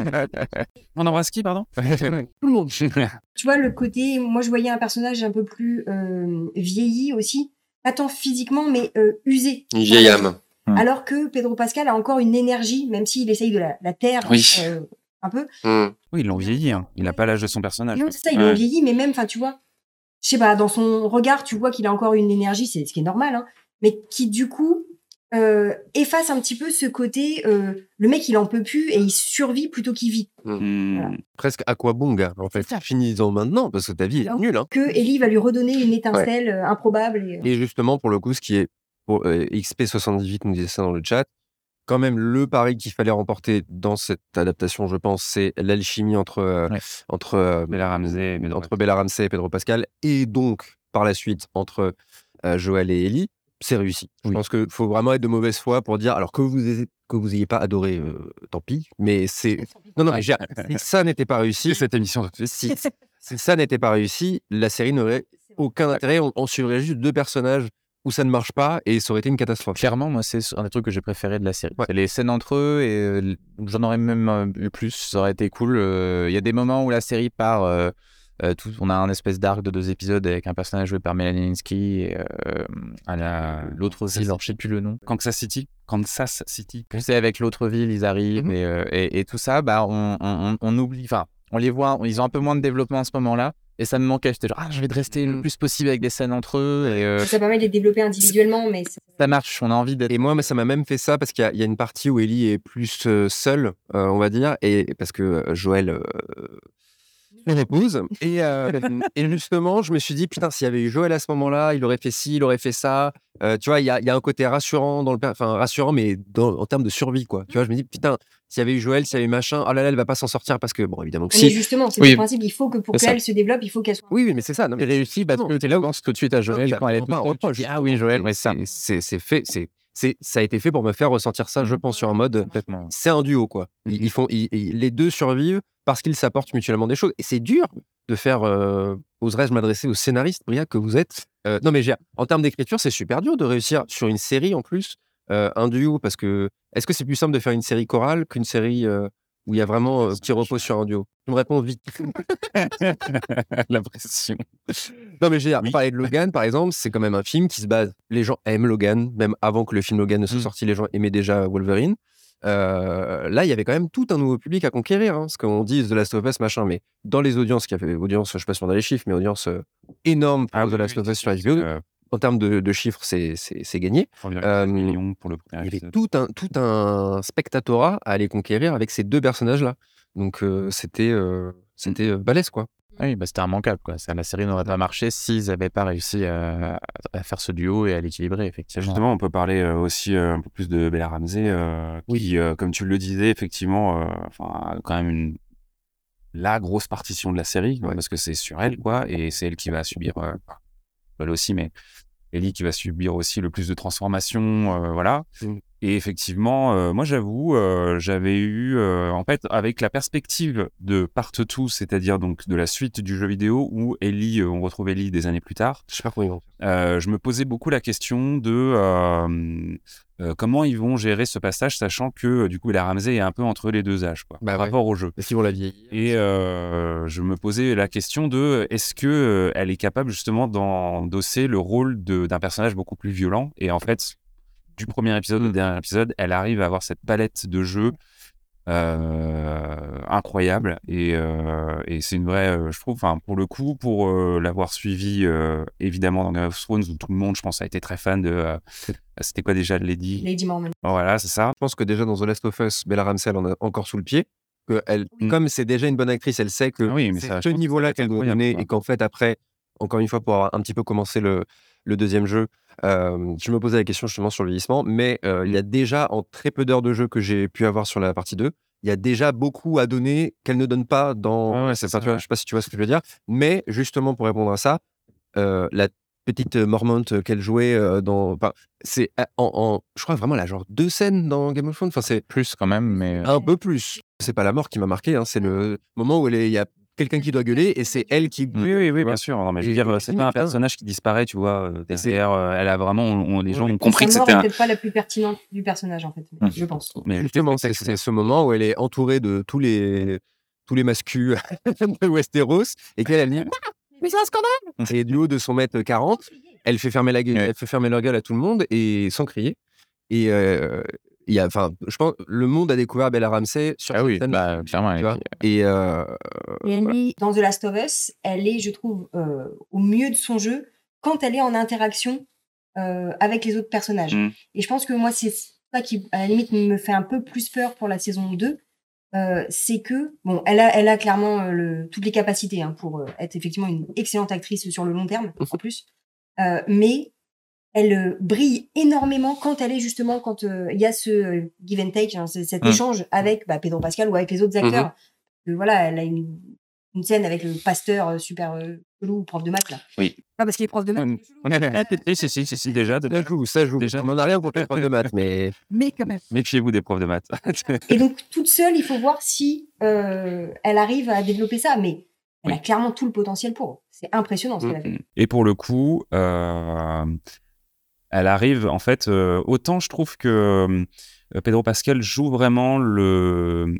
On embrasse qui, pardon Tout le monde. Tu vois, le côté, moi je voyais un personnage un peu plus euh, vieilli aussi, pas tant physiquement, mais euh, usé. Une vieille âme. Alors que Pedro Pascal a encore une énergie, même s'il essaye de la, la taire Oui. euh, un peu. Mmh. Oui, ils l'ont vieilli. Hein. Il n'a pas l'âge de son personnage. Non, c'est ça, ils Ouais. l'ont vieilli, mais même, enfin, tu vois, je sais pas, dans son regard, tu vois qu'il a encore une énergie, c'est ce qui est normal, hein, mais qui du coup euh, efface un petit peu ce côté, euh, le mec il en peut plus et il survit plutôt qu'il vit. Hmm. Voilà. Presque à quoi bon, gars, en fait. C'est ça. Finis-en maintenant, parce que ta vie est nulle, hein. Que Ellie va lui redonner une étincelle euh, improbable. Et, euh, Et justement, pour le coup, ce qui est, pour, euh, X P soixante-dix-huit nous disait ça dans le chat, quand même, le pari qu'il fallait remporter dans cette adaptation, je pense, c'est l'alchimie entre, euh, Ouais. entre, euh, Bella Ramsey et Pedro entre Bella Ramsey et Pedro Pascal, et donc, par la suite, entre euh, Joël et Ellie, c'est réussi. Je Oui. pense qu'il faut vraiment être de mauvaise foi pour dire, alors que vous ayez, que vous ayez pas adoré, euh, tant pis, mais c'est... Non, non, mais j'ai- si ça n'était pas réussi, cette émission. si, si ça n'était pas réussi, la série n'aurait aucun intérêt, on, on suivrait juste deux personnages où ça ne marche pas et ça aurait été une catastrophe. Clairement, moi, c'est un des trucs que j'ai préféré de la série. Ouais. C'est les scènes entre eux et euh, l- j'en aurais même euh, eu plus. Ça aurait été cool. Euh, Il y a des moments où la série part. euh, euh, tout, on a un espèce d'arc de deux épisodes avec un personnage joué par Melanie Linsky et euh, À la... l'autre ville, alors je sais plus le nom. Kansas City. Kansas City. Je sais, avec l'autre ville, ils arrivent Mhm. et, euh, et, et tout ça, bah, on, on, on- on oublie. Enfin, on les voit, ils ont un peu moins de développement à ce moment-là. Et ça me manquait. J'étais genre, ah, je vais de rester le Mhm. plus possible avec des scènes entre eux. Et euh, ça permet de les développer individuellement, mais c'est- ça marche. On a envie d'être. Et moi, mais ça m'a même fait ça parce qu'il y a, il y a une partie où Ellie est plus euh, seule, euh, on va dire, et parce que euh, Joël euh, son épouse. Et, euh, et justement, je me suis dit, putain, s'il y avait eu Joël à ce moment-là, il aurait fait ci, il aurait fait ça. Euh, tu vois, il y a, y a un côté rassurant dans le, per- enfin rassurant, mais dans, en termes de survie, quoi. Tu vois, je me dis putain, s'il y avait eu Joël, s'il y avait eu machin, oh là là, elle va pas s'en sortir parce que bon, évidemment que Mais si. justement, c'est Oui. le principe. Il faut que pour C'est ça. qu'elle se développe, il faut qu'elle soit. Oui, oui, mais c'est ça. Non, mais C'est réussi parce que t'es là où tu penses tout de suite à Joël quand elle est toute petite, tu dis, ah oui, Joël, ouais, ça. C'est- c'est c'est fait, c'est c'est ça a été fait pour me faire ressentir ça, je pense, sur un mode. Complètement. C'est un duo, quoi. Ils, ils font, ils- ils- les deux survivent parce qu'ils s'apportent mutuellement des choses. Et c'est dur de faire. Euh, oserais-je m'adresser au scénariste, Briac, que vous êtes. Euh, non, mais j'ai- en termes d'écriture, c'est super dur de réussir sur une série en plus, euh, un duo, parce que est-ce que c'est plus simple de faire une série chorale qu'une série euh, où il y a vraiment euh, qui repose sur un duo? Je me réponds vite. La pression. Non, mais j'ai Oui. parlé de Logan, par exemple, c'est quand même un film qui se base. Les gens aiment Logan, même avant que le film Logan ne soit Mm. sorti, les gens aimaient déjà Wolverine. Euh, là, il y avait quand même tout un nouveau public à conquérir, hein, ce qu'on dit The Last of Us, machin, mais dans les audiences, qui a fait audience, je sais pas si on a les chiffres, mais audience euh, énorme pour Ah The oui, Last oui, of Us c'est- sur H B O. euh, En termes de, de chiffres, c'est, c'est, c'est gagné. trois virgule cinq Euh, millions pour le Il premier y avait épisode. tout un, tout un spectatorat à aller conquérir avec ces deux personnages-là. Donc, euh, c'était, euh, c'était euh, balèze, quoi. Oui, bah, c'était immanquable, quoi. Ça, la série n'aurait pas marché s'ils n'avaient pas réussi à, à faire ce duo et à l'équilibrer, effectivement. Justement, on peut parler euh, aussi euh, un peu plus de Bella Ramsey, euh, Oui. qui, euh, comme tu le disais, effectivement, euh, enfin, a quand même une la grosse partition de la série, Ouais. parce que c'est sur elle, quoi, et c'est elle qui va subir, euh, enfin, elle aussi, mais Ellie qui va subir aussi le plus de transformations, euh, voilà. Mm. Et effectivement, euh, moi j'avoue, euh, j'avais eu, euh, en fait, avec la perspective de Part deux, c'est-à-dire donc de la suite du jeu vidéo où Ellie, euh, on retrouve Ellie des années plus tard, Je sais pas comment ils vont faire. euh, je me posais beaucoup la question de euh, euh, comment ils vont gérer ce passage, sachant que euh, du coup Bella Ramsey est un peu entre les deux âges, quoi, Bah par ouais. rapport au jeu. Est-ce qu'ils vont la vieillir? Et euh, je me posais la question de est-ce que euh, elle est capable justement d'endosser le rôle de- d'un personnage beaucoup plus violent. Et en fait, du premier épisode au dernier épisode, elle arrive à avoir cette palette de jeux euh, incroyable. Et, euh, et c'est une vraie, euh, je trouve, enfin pour le coup, pour euh, l'avoir suivi euh, évidemment dans Game of Thrones où tout le monde, je pense, a été très fan de. euh, c'était quoi déjà de Lady? Lady Mormon. Voilà, c'est ça. Je pense que déjà dans The Last of Us, Bella Ramsey, elle en a encore sous le pied. Que elle, Oui. Comme c'est déjà une bonne actrice, elle sait que Ah oui, mais c'est ça, je ce pense que niveau-là ça va qu'elle être doit incroyable, donner quoi. et qu'en fait, après, encore une fois, pour avoir un petit peu commencé le, le deuxième jeu, euh, je me posais la question justement sur le vieillissement, mais euh, il y a déjà, en très peu d'heures de jeu que j'ai pu avoir sur la partie deux, il y a déjà beaucoup à donner qu'elle ne donne pas dans. Ouais, ouais, c'est Enfin, ça, tu vois, ouais. je sais pas si tu vois ce que je veux dire, mais justement pour répondre à ça, euh, la petite Mormont qu'elle jouait euh, dans. Enfin, c'est euh, en, en- je crois vraiment, elle a genre deux scènes dans Game of Thrones. Enfin, c'est Plus quand même, mais. un peu plus. C'est pas la mort qui m'a marqué, hein, c'est le moment où elle est- il y a quelqu'un qui doit gueuler et c'est elle qui. Oui, oui, oui, tu vois. bien sûr. Non, mais je veux Et- dire, et c'est limite, pas un hein. personnage qui disparaît, tu vois, euh, Et c'est- derrière. euh, elle a vraiment, on- on- les gens Ouais. ont compris que Sa mort c'était est un. peut-être pas la plus pertinente du personnage, en fait, Hum. je pense. Mais Justement, c'est c'est ce moment où elle est entourée de tous les tous les mascus de Westeros et qu'elle elle dit Ah, mais c'est un scandale. Et du haut de son mètre quarante, elle fait fermer la gueule, Ouais. elle fait fermer leur gueule à tout le monde et sans crier. Et euh, il y a, enfin, je pense, le monde a découvert Bella Ramsey sur Ah cette oui, scène, bah, clairement. tu et vois. puis, Et euh, Et elle, dans The Last of Us, elle est, je trouve, euh, au mieux de son jeu quand elle est en interaction euh, avec les autres personnages. Mm. Et je pense que moi, c'est ça qui, à la limite, me fait un peu plus peur pour la saison deux. Euh, c'est que, bon, elle a, elle a clairement euh, le, toutes les capacités hein, pour euh, être effectivement une excellente actrice sur le long terme, en plus. Euh, mais elle euh, brille énormément quand elle est justement, quand euh, il y a ce euh, give and take, hein, c- cet Mm. échange avec bah, Pedro Pascal ou avec les autres acteurs. Que, voilà, elle a une, une scène avec le pasteur euh, super euh, chelou, prof de maths, là. Oui. Ah, parce qu'il est prof de maths. Hum. Si, si, si, si, si, déjà. de- ça joue, ça joue. Déjà. On n'en a rien contre les profs de maths, mais Mais quand même. Méfiez-vous des profs de maths. Et donc, toute seule, il faut voir si euh, elle arrive à développer ça. Mais elle a Oui. clairement tout le potentiel pour. C'est impressionnant ce qu'elle a fait. Et pour le coup, euh, elle arrive, en fait, euh, autant je trouve que euh, Pedro Pascal joue vraiment le.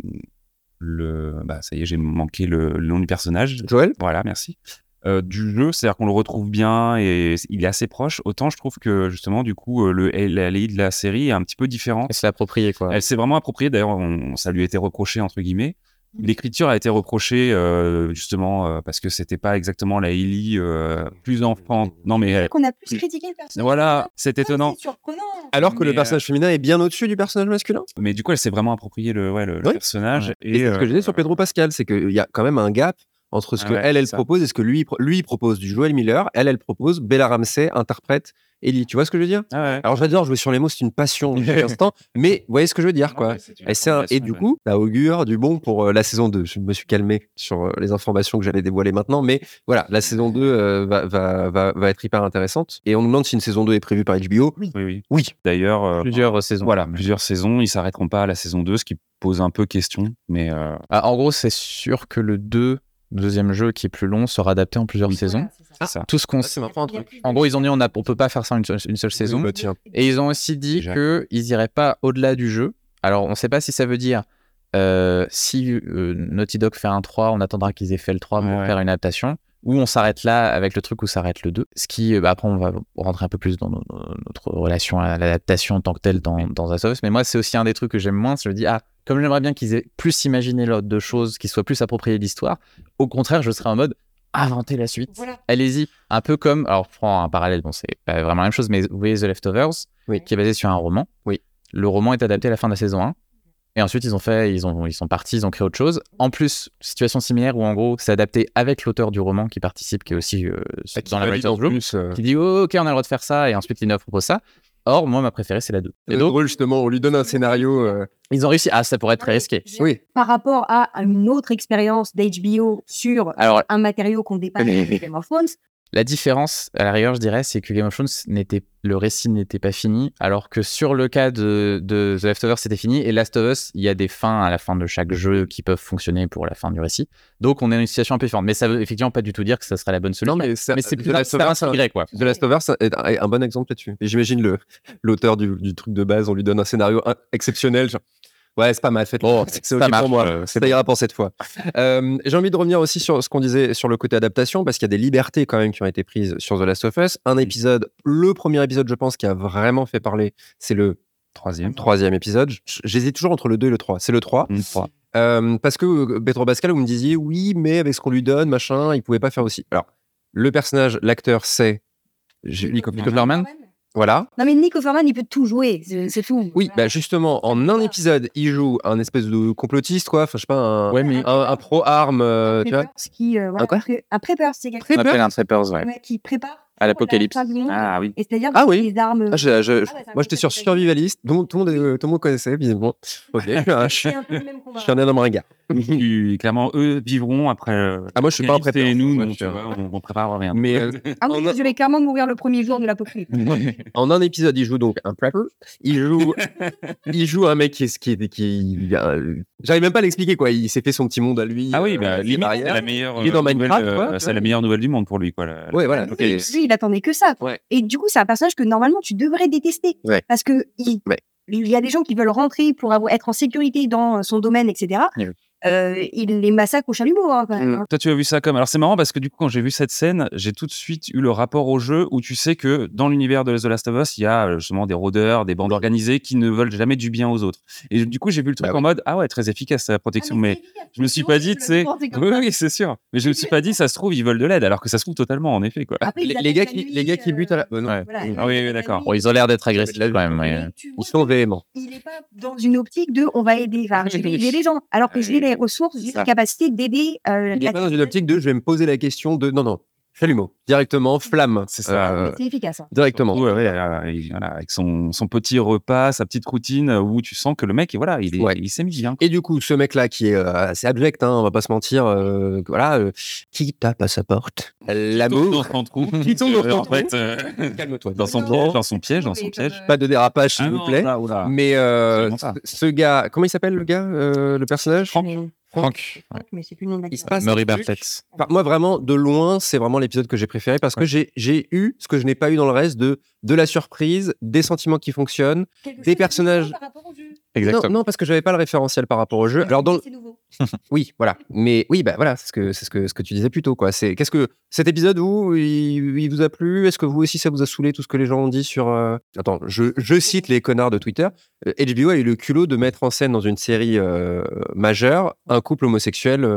le bah, ça y est, j'ai manqué le, le nom du personnage. Joël, Voilà, merci. Euh, du jeu, c'est-à-dire qu'on le retrouve bien et il est assez proche. Autant je trouve que justement, du coup, euh, le, la Ellie de la série est un petit peu différente. Elle s'est appropriée, quoi. Elle s'est vraiment appropriée. D'ailleurs, on- ça lui a été reproché, entre guillemets. L'écriture a été reprochée euh, justement euh, parce que c'était pas exactement la Ellie euh, plus enfant. Non, mais elle- Qu'on a plus critiqué le personnage. voilà, c'est étonnant. C'est surprenant. alors que Mais, le personnage féminin est bien au-dessus du personnage masculin. Mais du coup, elle s'est vraiment appropriée le, ouais, le, le Oui. personnage. Et c'est Et, ce que je disais sur Pedro Pascal, c'est qu'il y a quand même un gap entre ce Ah que ouais, elle, elle ça. propose et ce que lui, pro- lui propose du Joel Miller. Elle, elle propose Bella Ramsey, interprète Ellie. Tu vois ce que je veux dire? Ah ouais. Alors j'adore jouer sur les mots, c'est une passion à chaque instant, mais vous voyez ce que je veux dire, quoi. Et, c'est un- et du coup, ça augure du bon pour euh, la saison deux. Je me suis calmé sur euh, les informations que j'allais dévoiler maintenant, mais voilà, la saison deux euh, va, va, va, va être hyper intéressante. Et on nous demande si une saison deux est prévue par H B O. Oui, oui. Oui. D'ailleurs, euh, Plusieurs saisons. voilà, plusieurs saisons. Ils s'arrêteront pas à la saison deux, ce qui pose un peu question. Mais euh, Ah, en gros, c'est sûr que le deux, deuxième jeu qui est plus long, sera adapté en plusieurs Oui. saison. Voilà, c'est ça. Ah. Ça. Tout ce qu'on Ah, sait. c'est marrant, un truc. En gros, ils ont dit on a, on peut pas faire ça en une seule, une seule saison. Oui, bah, tiens. Et ils ont aussi dit Déjà. qu'ils iraient pas au-delà du jeu. Alors, on sait pas si ça veut dire euh, si euh, Naughty Dog fait un trois, on attendra qu'ils aient fait le trois pour Ouais, ouais. faire une adaptation. Ou on s'arrête là avec le truc où s'arrête le deux. Ce qui, euh, bah, après, on va rentrer un peu plus dans no- no- notre relation à l'adaptation en tant que telle dans, dans The Last of Us. Mais moi, c'est aussi un des trucs que j'aime moins. Je me dis, ah, comme j'aimerais bien qu'ils aient plus imaginé l'ordre de choses, qu'ils soient plus appropriés de l'histoire, au contraire, je serais en mode inventer la suite. Voilà. Allez-y. Un peu comme, alors, je prends un parallèle, bon, c'est pas vraiment la même chose, mais vous voyez The Leftovers, Oui. qui est basé sur un roman. Oui. Le roman est adapté à la fin de la saison un. Et ensuite, ils ont fait, ils, ont, ils sont partis, ils ont créé autre chose. En plus, situation similaire où en gros, c'est adapté avec l'auteur du roman qui participe, qui est aussi euh, dans la writer's room, plus. euh, qui dit oh, ok, on a le droit de faire ça, et ensuite Linov propose ça. Or, moi, ma préférée, c'est la deux. Et C'est donc, drôle, justement, on lui donne un scénario. euh, ils ont réussi. Ah, ça pourrait être très risqué. Oui. Par rapport à une autre expérience d'H B O sur Alors, un matériau qu'on dépasse de Game of Thrones, la différence, à la rigueur, je dirais, c'est que Game of Thrones, n'était, le récit n'était pas fini, alors que sur le cas de, de The Leftovers, c'était fini, et Last of Us, il y a des fins à la fin de chaque jeu qui peuvent fonctionner pour la fin du récit. Donc, on est dans une situation un peu différente. Mais ça veut effectivement pas du tout dire que ça serait la bonne solution. Non, mais, ça- mais c'est The plus Last of c'est Us, intégré, quoi. The Last of Us est un, est un bon exemple là-dessus. Et j'imagine le, l'auteur du, du truc de base, on lui donne un scénario un- exceptionnel. Genre, ouais, c'est pas mal, faites-le. Bon, c'est ça ok marche, pour moi. euh, c'est ça ira pour cette fois. Euh, j'ai envie de revenir aussi sur ce qu'on disait sur le côté adaptation, parce qu'il y a des libertés quand même qui ont été prises sur The Last of Us. Un épisode, le premier épisode, je pense, qui a vraiment fait parler, c'est le troisième. troisième épisode. J'hésite toujours entre le deux et le trois. C'est le trois. Une fois. Euh, parce que euh, Pedro Pascal, vous me disiez, oui, mais avec ce qu'on lui donne, machin, il pouvait pas faire aussi. Alors, le personnage, l'acteur, c'est Nico Nico Offerman. Voilà. non mais Nick Offerman, il peut tout jouer, c'est c'est tout. Oui, Voilà. bah justement, en un épisode, il joue un espèce de complotiste, quoi. Enfin, je sais pas, un, Ouais, mais un, un pro-arme, euh, tu vois. Preppers qui, euh, voilà, Un quoi parce que- un prepper, c'est quelqu'un on appelle un Trappers, ouais. ouais, qui prépare À l'apocalypse. la fin du monde. Ah oui. Et c'est-à-dire Ah que oui. les armes. Ah, je- je- Ah ouais, c'est un moi, j'étais sur concept Survivaliste, dont tout le monde, euh, tout le monde connaissait, visiblement. Ok, je suis un- je suis C'est un peu le même combat. je suis un énorme ringard. Tu- clairement, eux vivront après. euh, Ah, moi, je suis pas un Christ prépper. Et nous, Moi, non, je suis tu un- vois, on, on prépare rien. Mais euh, Ah oui, en un- je vais clairement mourir le premier jour de l'apocalypse. en un épisode, il joue donc un prepper. Il joue, il joue un mec qui est, qui est, qui, euh, j'arrive même pas à l'expliquer, quoi. Il s'est fait son petit monde à lui. Ah oui, euh, bah, ses limite, c'est barrières. la meilleure. Il est dans euh, Minecraft, nouvelle, quoi, euh, tu C'est vois. la meilleure nouvelle du monde pour lui, quoi. la- Ouais, voilà. Lui, Donc, et- il attendait que ça. Ouais. Et du coup, c'est un personnage que normalement tu devrais détester. Ouais. Parce que il, Ouais. il y a des gens qui veulent rentrer pour avoir, être en sécurité dans son domaine, et cetera. Oui. Euh, il les massacre au chalumeau. Hein, quand même, hein. Toi, tu as vu ça comme. Alors, c'est marrant parce que du coup, quand j'ai vu cette scène, j'ai tout de suite eu le rapport au jeu où tu sais que dans l'univers de The Last of Us, il y a euh, justement des rôdeurs, des bandes organisées qui ne veulent jamais du bien aux autres. Et du coup, j'ai vu le truc Bah en mode ah ouais, très efficace la protection. Ah, mais c'est efficace. je me suis Sinon, pas dit, tu sais. le Oui, oui, c'est sûr. Mais je me suis pas dit, ça se trouve, ils veulent de l'aide, alors que ça se trouve totalement, en effet, quoi. Après, les, ils les gars attaquent qui, la les gars nuit, qui butent à la. bah non. Ouais. Voilà, Ah ils oui, attaquent oui, la d'accord. nuit. Bon, ils ont l'air d'être agressifs quand même. Mais ouais. tu vois Ils sont véhéments. il n'est pas dans une optique de on va aider, enfin, je vais aider les gens, alors que j'ai les ressources, j'ai Ça. la capacité d'aider. Euh, Il n'est la- pas dans une optique de je vais me poser la question de non, non, chalumeau, directement, flamme. C'est ça. Euh, C'est efficace. hein. directement. Surtout, ouais, ouais, euh, et voilà, avec son, son petit repas, sa petite routine, euh, où tu sens que le mec, voilà, il, est, Ouais. il s'est mis bien. Et du coup, ce mec-là qui est euh, assez abject, hein, on va pas se mentir, euh, voilà, euh, qui tape à sa porte Dans L'amour. son trou. Qui tombe dans Euh, son en trou. fait, euh, Calme-toi. dans son Non, piège, non, dans son piège, dans son mais piège. comme, euh, Pas de dérapage, s'il Ah vous non, plaît. là, oula. Mais euh, Absolument pas. ce gars, comment il s'appelle le gars, euh, le personnage Franck. mais- Franck, Franck, mais c'est plus le nom de Il se l'acteur. passe Murray un truc. Bartlett. Enfin, moi, vraiment, de loin, c'est vraiment l'épisode que j'ai préféré parce que j'ai j'ai eu ce que je n'ai pas eu dans le reste de, de la surprise, des sentiments qui fonctionnent. Quelque des chose de personnages- nouveau par rapport au jeu. Exactement. Non, non, parce que j'avais pas le référentiel par rapport au jeu. Alors, dans le- C'est nouveau. Oui, voilà. Mais oui, bah voilà, c'est ce que c'est ce que ce que tu disais plus tôt, quoi. C'est qu'est-ce que cet épisode, vous, il, il vous a plu? Est-ce que vous aussi ça vous a saoulé tout ce que les gens ont dit sur euh, Attends, je, je cite les connards de Twitter. Euh, H B O a eu le culot de mettre en scène dans une série euh, majeure un couple homosexuel euh,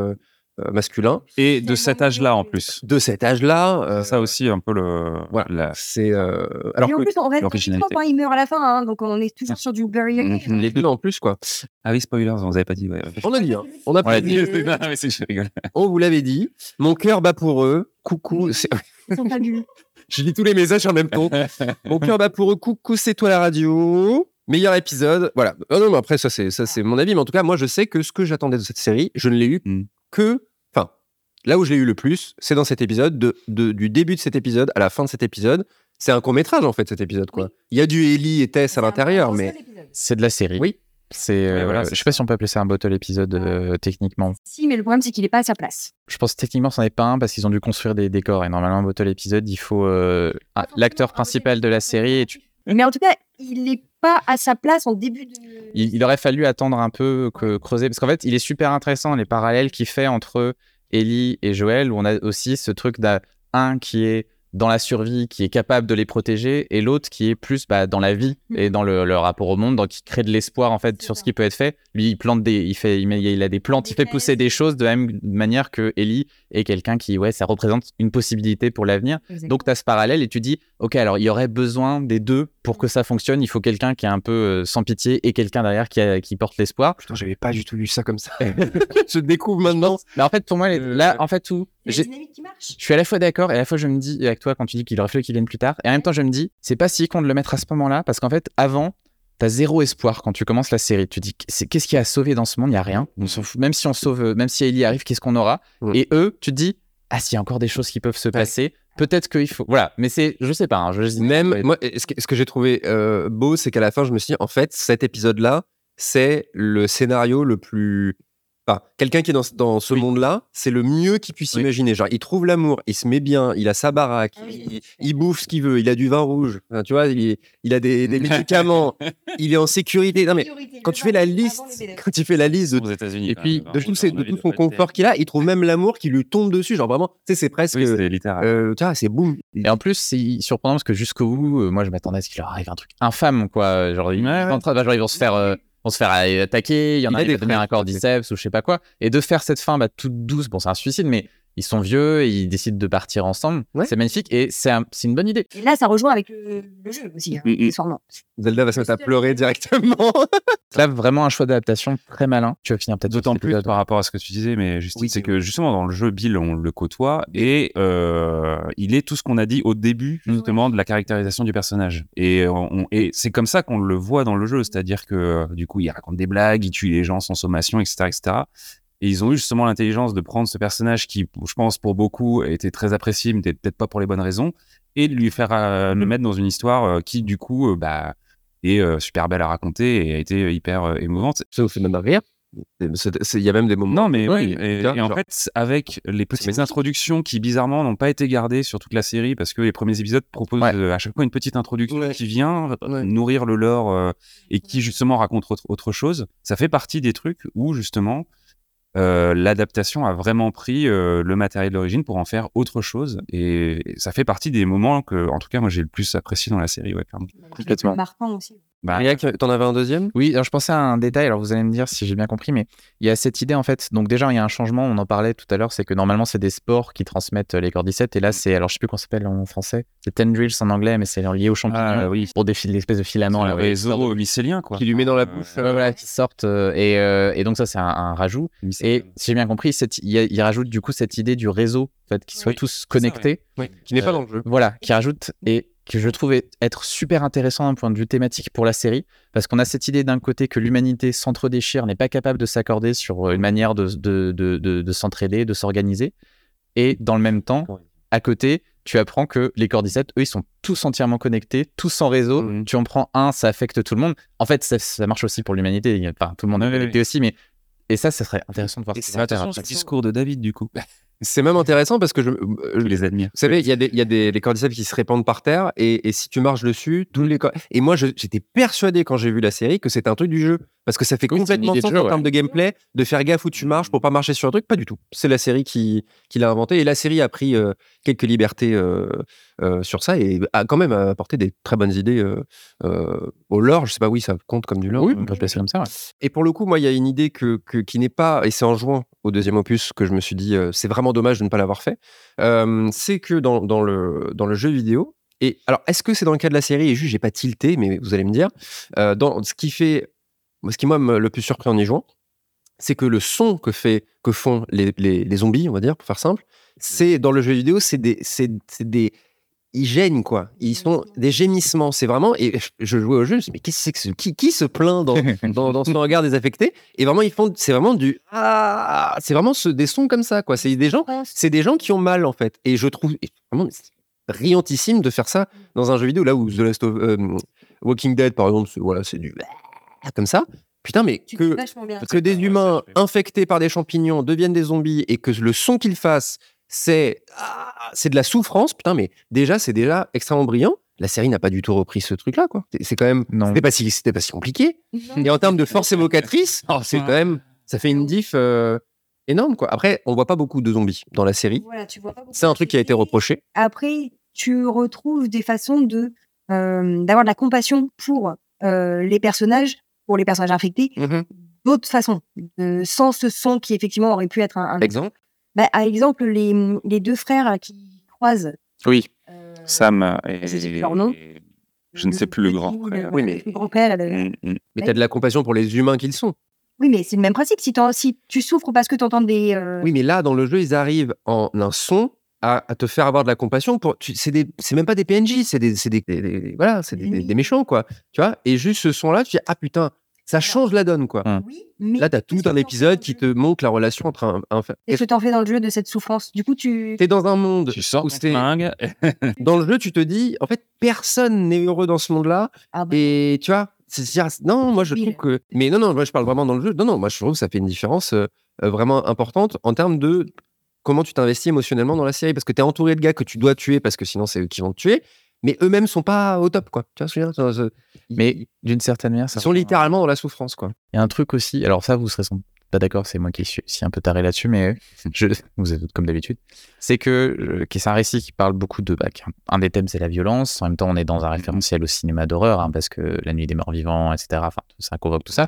euh, masculin. Et de cet âge-là, en plus. De cet âge-là. Euh, ça aussi, un peu le. Voilà. La... C'est. Euh, alors et en que plus, on reste l'originalité. quand il meurt à la fin, hein, donc on est toujours sur du Barry Lyndon. les deux en plus, quoi. Ah oui, spoilers, on vous avait pas dit. Ouais. On a dit, hein. On a On l'a dit. dit. Non, mais c'est, je rigole. On vous l'avait dit. Mon cœur bat pour eux. Coucou. C'est... Ils sont fabuleux. Je lis tous les messages en même temps. Mon cœur bat pour eux. Coucou, c'est toi la radio. Meilleur épisode. Voilà. Oh non, mais après, ça c'est, ça, c'est mon avis. Mais en tout cas, moi, je sais que ce que j'attendais de cette série, je ne l'ai eu mm. que. Enfin, là où je l'ai eu le plus, c'est dans cet épisode. De, de, du début de cet épisode à la fin de cet épisode. C'est un court-métrage, en fait, cet épisode, quoi. Oui. Il y a du Ellie et Tess à l'intérieur, mais. C'est de la série. Oui. C'est, euh, voilà, je c'est sais pas si on peut appeler ça un bottle épisode euh, techniquement. Si, mais le problème, c'est qu'il est pas à sa place. Je pense que techniquement, c'en est pas un parce qu'ils ont dû construire des décors. Et normalement, un bottle épisode, il faut euh, ah, l'acteur principal de la série. Et tu... Mais en tout cas, il est pas à sa place en début de. Il, il aurait fallu attendre un peu, que, creuser. Parce qu'en fait, il est super intéressant, les parallèles qu'il fait entre Ellie et Joel, où on a aussi ce truc d'un un qui est dans la survie, qui est capable de les protéger, et l'autre qui est plus bah, dans la vie et dans le, le rapport au monde, donc qui crée de l'espoir en fait c'est sur ça. Ce qui peut être fait. Lui, il plante des, il fait, il, met, il a des plantes, des il fait plaies. Pousser des choses de la même manière que Ellie est quelqu'un qui, ouais, ça représente une possibilité pour l'avenir. Exactement. Donc tu as ce parallèle et tu dis, ok, alors il y aurait besoin des deux pour que ça fonctionne. Il faut quelqu'un qui est un peu euh, sans pitié et quelqu'un derrière qui, a, qui porte l'espoir. Putain, j'avais pas du tout vu ça comme ça. Je découvre maintenant. Mais en fait, pour moi, euh, là, en fait, tout. Il y a une dynamique qui marche. Je suis à la fois d'accord et à la fois je me dis, avec toi, quand tu dis qu'il aurait fallu qu'il vienne plus tard, et en même temps je me dis, c'est pas si con de le mettre à ce moment-là, parce qu'en fait, avant, t'as zéro espoir quand tu commences la série. Tu te dis, c'est, qu'est-ce qu'il y a à sauver dans ce monde? Il y a rien. On s'en fout. Même si on sauve, même si Ellie arrive, qu'est-ce qu'on aura? mmh. Et eux, tu te dis, ah, s'il y a encore des choses qui peuvent se passer, ouais. Peut-être qu'il faut. Voilà, mais c'est, je sais pas. Hein, je... Même, ouais. Moi, ce que, ce que j'ai trouvé euh, beau, c'est qu'à la fin, je me suis dit, en fait, cet épisode-là, c'est le scénario le plus. Enfin, quelqu'un qui est dans, dans ce oui. monde-là, c'est le mieux qu'il puisse oui. imaginer. Genre, il trouve l'amour, il se met bien, il a sa baraque, ah oui. il, il bouffe ce qu'il veut, il a du vin rouge, enfin, tu vois, il, il a des, des médicaments, il est en sécurité. Non mais quand tu fais la liste, quand tu fais la liste de, aux États-Unis, et puis de tout, ces, de tout son confort qu'il a, il trouve même l'amour qui lui tombe dessus. Genre vraiment, tu sais, c'est presque, oui, c'est littéral. Euh, tu vois, c'est boum. Et en plus, c'est surprenant parce que jusqu'au bout, euh, moi, je m'attendais à ce qu'il leur arrive un truc infâme, quoi. Genre, ils, ouais, ouais. genre, ils vont se faire. Euh, vont se faire attaquer, il y en a qui vont donner un cordyceps ou je sais pas quoi, et de faire cette fin bah, toute douce, bon c'est un suicide, mais ils sont vieux et ils décident de partir ensemble, ouais. C'est magnifique et c'est, un, c'est une bonne idée. Et là ça rejoint avec le, le jeu aussi, hein, mm-hmm. Zelda va se mettre à pleurer directement. Là vraiment un choix d'adaptation très malin, tu vas finir peut-être. D'autant plus par rapport à ce que tu disais, mais Justine, oui, c'est, c'est que justement dans le jeu, Bill on le côtoie et euh, il est tout ce qu'on a dit au début justement de la caractérisation du personnage et, on, et c'est comme ça qu'on le voit dans le jeu, c'est-à-dire que du coup il raconte des blagues, il tue les gens sans sommation, et cetera, et cetera. Et ils ont eu justement l'intelligence de prendre ce personnage qui, je pense, pour beaucoup, était très apprécié, mais peut-être pas pour les bonnes raisons, et de lui faire euh, le mettre dans une histoire euh, qui, du coup, euh, bah, est euh, super belle à raconter et a été hyper euh, émouvante. Ça vous fait même rire. Il y a même des moments. Non, mais oui. Et, et en genre... fait, avec les petites introductions qui, bizarrement, n'ont pas été gardées sur toute la série, parce que les premiers épisodes proposent ouais. euh, à chaque fois une petite introduction ouais. qui vient ouais. nourrir le lore euh, et qui, justement, raconte autre, autre chose. Ça fait partie des trucs où, justement, Euh, l'adaptation a vraiment pris euh, le matériel d'origine pour en faire autre chose et, et ça fait partie des moments que, en tout cas, moi j'ai le plus apprécié dans la série. Ouais, complètement. Marquant aussi. Bah, Riak, t'en avais un deuxième ? Oui, alors je pensais à un détail, alors vous allez me dire si j'ai bien compris, mais il y a cette idée en fait, donc déjà il y a un changement, on en parlait tout à l'heure, c'est que normalement c'est des spores qui transmettent les cordyceps et là c'est, alors je sais plus comment ça s'appelle en français, c'est tendrils en anglais, mais c'est lié aux champignons, ah, oui. pour des fils d'espèces de filaments. Là, les zoomycéliens quoi. Qui lui met dans la bouche. Euh, euh, voilà, qui sortent euh, et, euh, et donc ça c'est un, un rajout. Et si j'ai bien compris, il, il rajoute du coup cette idée du réseau, en fait, qu'ils soient oui, tous connectés. Ça, ouais. Oui. Qui n'est euh, pas dans le jeu. Voilà, qui rajoute et que je trouvais être super intéressant d'un point de vue thématique pour la série, parce qu'on a cette idée d'un côté que l'humanité s'entre-déchire, n'est pas capable de s'accorder sur une manière de, de, de, de, de s'entraider, de s'organiser, et dans le même temps, à côté, tu apprends que les cordyceps, eux, ils sont tous entièrement connectés, tous en réseau, mmh. Tu en prends un, ça affecte tout le monde. En fait, ça, ça marche aussi pour l'humanité, enfin, tout le monde est connecté oui. aussi, mais et ça, ça serait intéressant de voir. Et c'est intéressant ce discours de David, du coup. C'est même intéressant parce que je, je les admire. Vous savez, il y a des, il y a des les cordyceps qui se répandent par terre et, et si tu marches dessus, tous les et moi je, j'étais persuadé quand j'ai vu la série que c'était un truc du jeu parce que ça fait Oui, c'est une complètement idée de sens jeu, en ouais. termes de gameplay, de faire gaffe où tu marches pour pas marcher sur un truc, pas du tout. C'est la série qui, qui l'a inventé, et la série a pris euh, quelques libertés euh, euh, sur ça, et a quand même apporté des très bonnes idées euh, euh, au lore. Je sais pas, oui, ça compte comme du lore. Oui, euh, on peut placer comme ça, ouais. Et pour le coup, moi, il y a une idée que, que- qui n'est pas, et c'est en jouant au deuxième opus que je me suis dit, euh, c'est vraiment dommage de ne pas l'avoir fait. Euh, c'est que dans, dans le, dans le jeu vidéo, et alors, est-ce que c'est dans le cas de la série, et juste, j'ai pas tilté, mais vous allez me dire, euh, dans ce qui fait, ce qui moi me le plus surpris en y jouant, c'est que le son que fait, que font les, les, les zombies, on va dire, pour faire simple, c'est dans le jeu vidéo, c'est des, c'est, c'est des, ils gênent, quoi. Ils sont des gémissements. C'est vraiment, et je, je jouais au jeu, je me suis dit, mais qu'est-ce que c'est que ce, qui, qui se plaint dans, dans, dans ce regard désaffecté? Et vraiment, ils font, c'est vraiment du, ah, c'est vraiment ce, des sons comme ça, quoi. C'est des gens, c'est des gens qui ont mal, en fait. Et je trouve, et vraiment, c'est brillantissime de faire ça dans un jeu vidéo, là où The Last of euh, Walking Dead, par exemple, c'est, voilà, c'est du, comme ça. Putain, mais Tu fais que, vachement bien. que des Ouais, humains ça, je fais. infectés par des champignons deviennent des zombies et que le son qu'ils fassent, c'est ah, c'est de la souffrance. Putain, mais déjà, c'est déjà extrêmement brillant. La série n'a pas du tout repris ce truc-là, quoi. C'est, c'est quand même, Non. c'était pas si, c'était pas si compliqué. Et en termes de force évocatrice, c'est quand même, ça fait une diff euh, énorme, quoi. Après, on voit pas beaucoup de zombies dans la série. Voilà, tu vois pas beaucoup C'est un truc qui a été d'activité. reproché. Après, tu retrouves des façons de euh, d'avoir de la compassion pour euh, les personnages, pour les personnages infectés, d'autres façons, euh, sans ce son qui effectivement aurait pu être un. un... Exemple. Bah, à exemple, les, les deux frères qui croisent. Oui, euh, Sam et, je sais plus leur nom. et- je ne sais plus le grand petit, frère. Oui, mais- le grand-père. le- Mm, mm. Mais t'as de la compassion pour les humains qu'ils sont. Oui, mais c'est le même principe. Si, t'en- si tu souffres parce que tu entends des. euh, Oui, mais là, dans le jeu, ils arrivent en un son à, à te faire avoir de la compassion. Pour, tu, c'est, des, c'est même pas des P N J, c'est des, c'est des, des- des- voilà, c'est des, des- des méchants, quoi. Tu vois. Et juste ce son-là, tu dis ah putain, ça change la donne, quoi. Oui, mais Là, t'as tout qu'est-ce que un t'en fais épisode dans qui le te jeu montre la relation entre un. un Qu'est-ce que tu en fais dans le jeu de cette souffrance? Du coup, tu. T'es dans un monde Tu sors où ton c'est. flingue. Dans le jeu, tu te dis, en fait, personne n'est heureux dans ce monde-là. Ah bah, Et tu vois, c'est c'est- non, moi je Oui, trouve que. Mais non, non, moi je parle vraiment dans le jeu. Non, non, moi je trouve que ça fait une différence euh, euh, vraiment importante en termes de comment tu t'investis émotionnellement dans la série. Parce que t'es entouré de gars que tu dois tuer parce que sinon c'est eux qui vont te tuer. Mais eux-mêmes sont pas au top, quoi. Tu vois ce que je veux dire? Ça- ça- Mais d'une certaine manière, ça Ils sont rejoint- littéralement dans la souffrance, quoi. Il y a un truc aussi, alors ça, vous serez sans- pas d'accord, c'est moi qui suis, suis un peu taré là-dessus, mais je, vous êtes comme d'habitude. C'est que euh, qui- c'est un récit qui parle beaucoup de. Bah, qu'un- un des thèmes, c'est la violence. En même temps, on est dans un référentiel au cinéma d'horreur, hein, parce que La Nuit des Morts Vivants, et cetera. Enfin, ça convoque tout ça.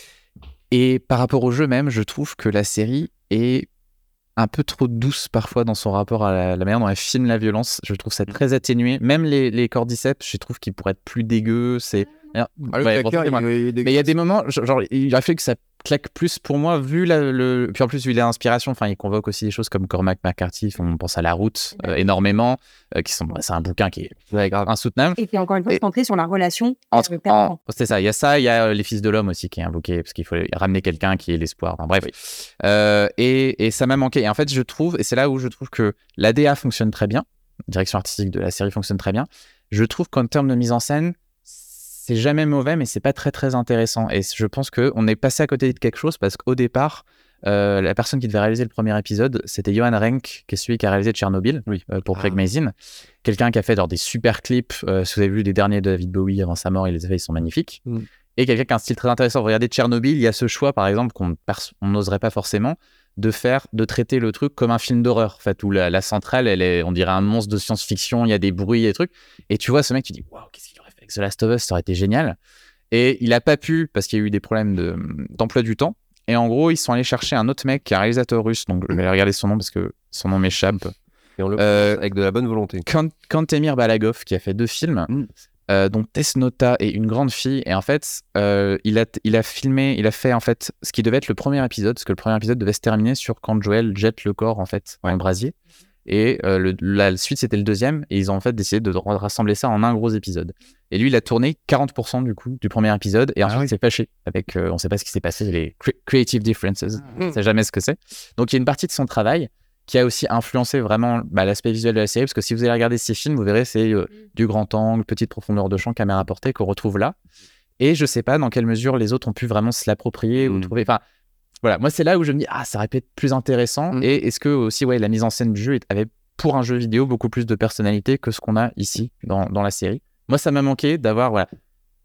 Et par rapport au jeu même, je trouve que la série est un peu trop douce parfois dans son rapport à la, la manière dont elle filme la violence. Je trouve ça très atténué. Même les, les cordyceps, je trouve qu'ils pourraient être plus dégueux. C'est. Alors, Ah, le ouais, claqueur, bon, il- il- il- mais il y a des moments, genre, genre, il a fait que ça claque plus pour moi, vu la, le. Puis en plus, vu l'inspiration, enfin, il convoque aussi des choses comme Cormac McCarthy, on pense à La Route euh, énormément, euh, qui sont. Bah, c'est un bouquin qui est Ouais, grave. insoutenable. Et puis encore une fois, Et- centré sur la relation Entre, euh, père-enfant. en- c'est ça, il y a ça, il y a euh, Les Fils de l'Homme aussi qui est invoqué, parce qu'il faut ramener quelqu'un qui est l'espoir. Enfin, bref. Euh, et, et ça m'a manqué. Et en fait, je trouve, et c'est là où je trouve que l'A D A fonctionne très bien, la direction artistique de la série fonctionne très bien. Je trouve qu'en termes de mise en scène, c'est jamais mauvais, mais c'est pas très très intéressant. Et je pense qu'on est passé à côté de quelque chose parce qu'au départ, euh, la personne qui devait réaliser le premier épisode, c'était Johan Renck, qui est celui qui a réalisé Tchernobyl Oui. euh, pour Ah. Craig Mazin. Quelqu'un qui a fait genre, des super clips. Euh, si vous avez vu les derniers de David Bowie avant sa mort, il les a fait, ils sont magnifiques. Mm. Et quelqu'un qui a un style très intéressant. Regardez Tchernobyl, il y a ce choix, par exemple, qu'on pers- on n'oserait pas forcément, de faire, de traiter le truc comme un film d'horreur, en fait, où la, la centrale, elle est, on dirait un monstre de science-fiction, il y a des bruits et des trucs. Et tu vois ce mec, tu dis, waouh, qu'est-ce qu'il aurait fait avec The Last of Us, ça aurait été génial. Et il n'a pas pu, parce qu'il y a eu des problèmes de, d'emploi du temps. Et en gros, ils sont allés chercher un autre mec qui est un réalisateur russe, donc je vais aller regarder son nom parce que son nom m'échappe. Et on le Euh, avec de la bonne volonté. Kant- Kantemir Balagov, qui a fait deux films, Mm. euh, dont Tesnota et Une grande fille. Et en fait, euh, il, a, il a filmé, il a fait en fait ce qui devait être le premier épisode, parce que le premier épisode devait se terminer sur quand Joel jette le corps en fait dans le brasier. Et euh, le, la suite, c'était le deuxième. Et ils ont en fait décidé de rassembler ça en un gros épisode. Et lui, il a tourné quarante pour cent du coup du premier épisode. Et ensuite, oui. il s'est fâché avec. Euh, on ne sait pas ce qui s'est passé, les cre- creative differences. On ne sait jamais ce que c'est. Donc, il y a une partie de son travail qui a aussi influencé vraiment bah, l'aspect visuel de la série. Parce que si vous allez regarder ces films, vous verrez, c'est euh, du grand angle, petite profondeur de champ, caméra portée qu'on retrouve là. Et je ne sais pas dans quelle mesure les autres ont pu vraiment se l'approprier ou Mm. trouver. Enfin, voilà, moi, c'est là où je me dis, ah, ça aurait pu être plus intéressant. Mm. Et est-ce que aussi, ouais, la mise en scène du jeu avait, pour un jeu vidéo, beaucoup plus de personnalité que ce qu'on a ici dans, dans la série. Moi, ça m'a manqué d'avoir, voilà,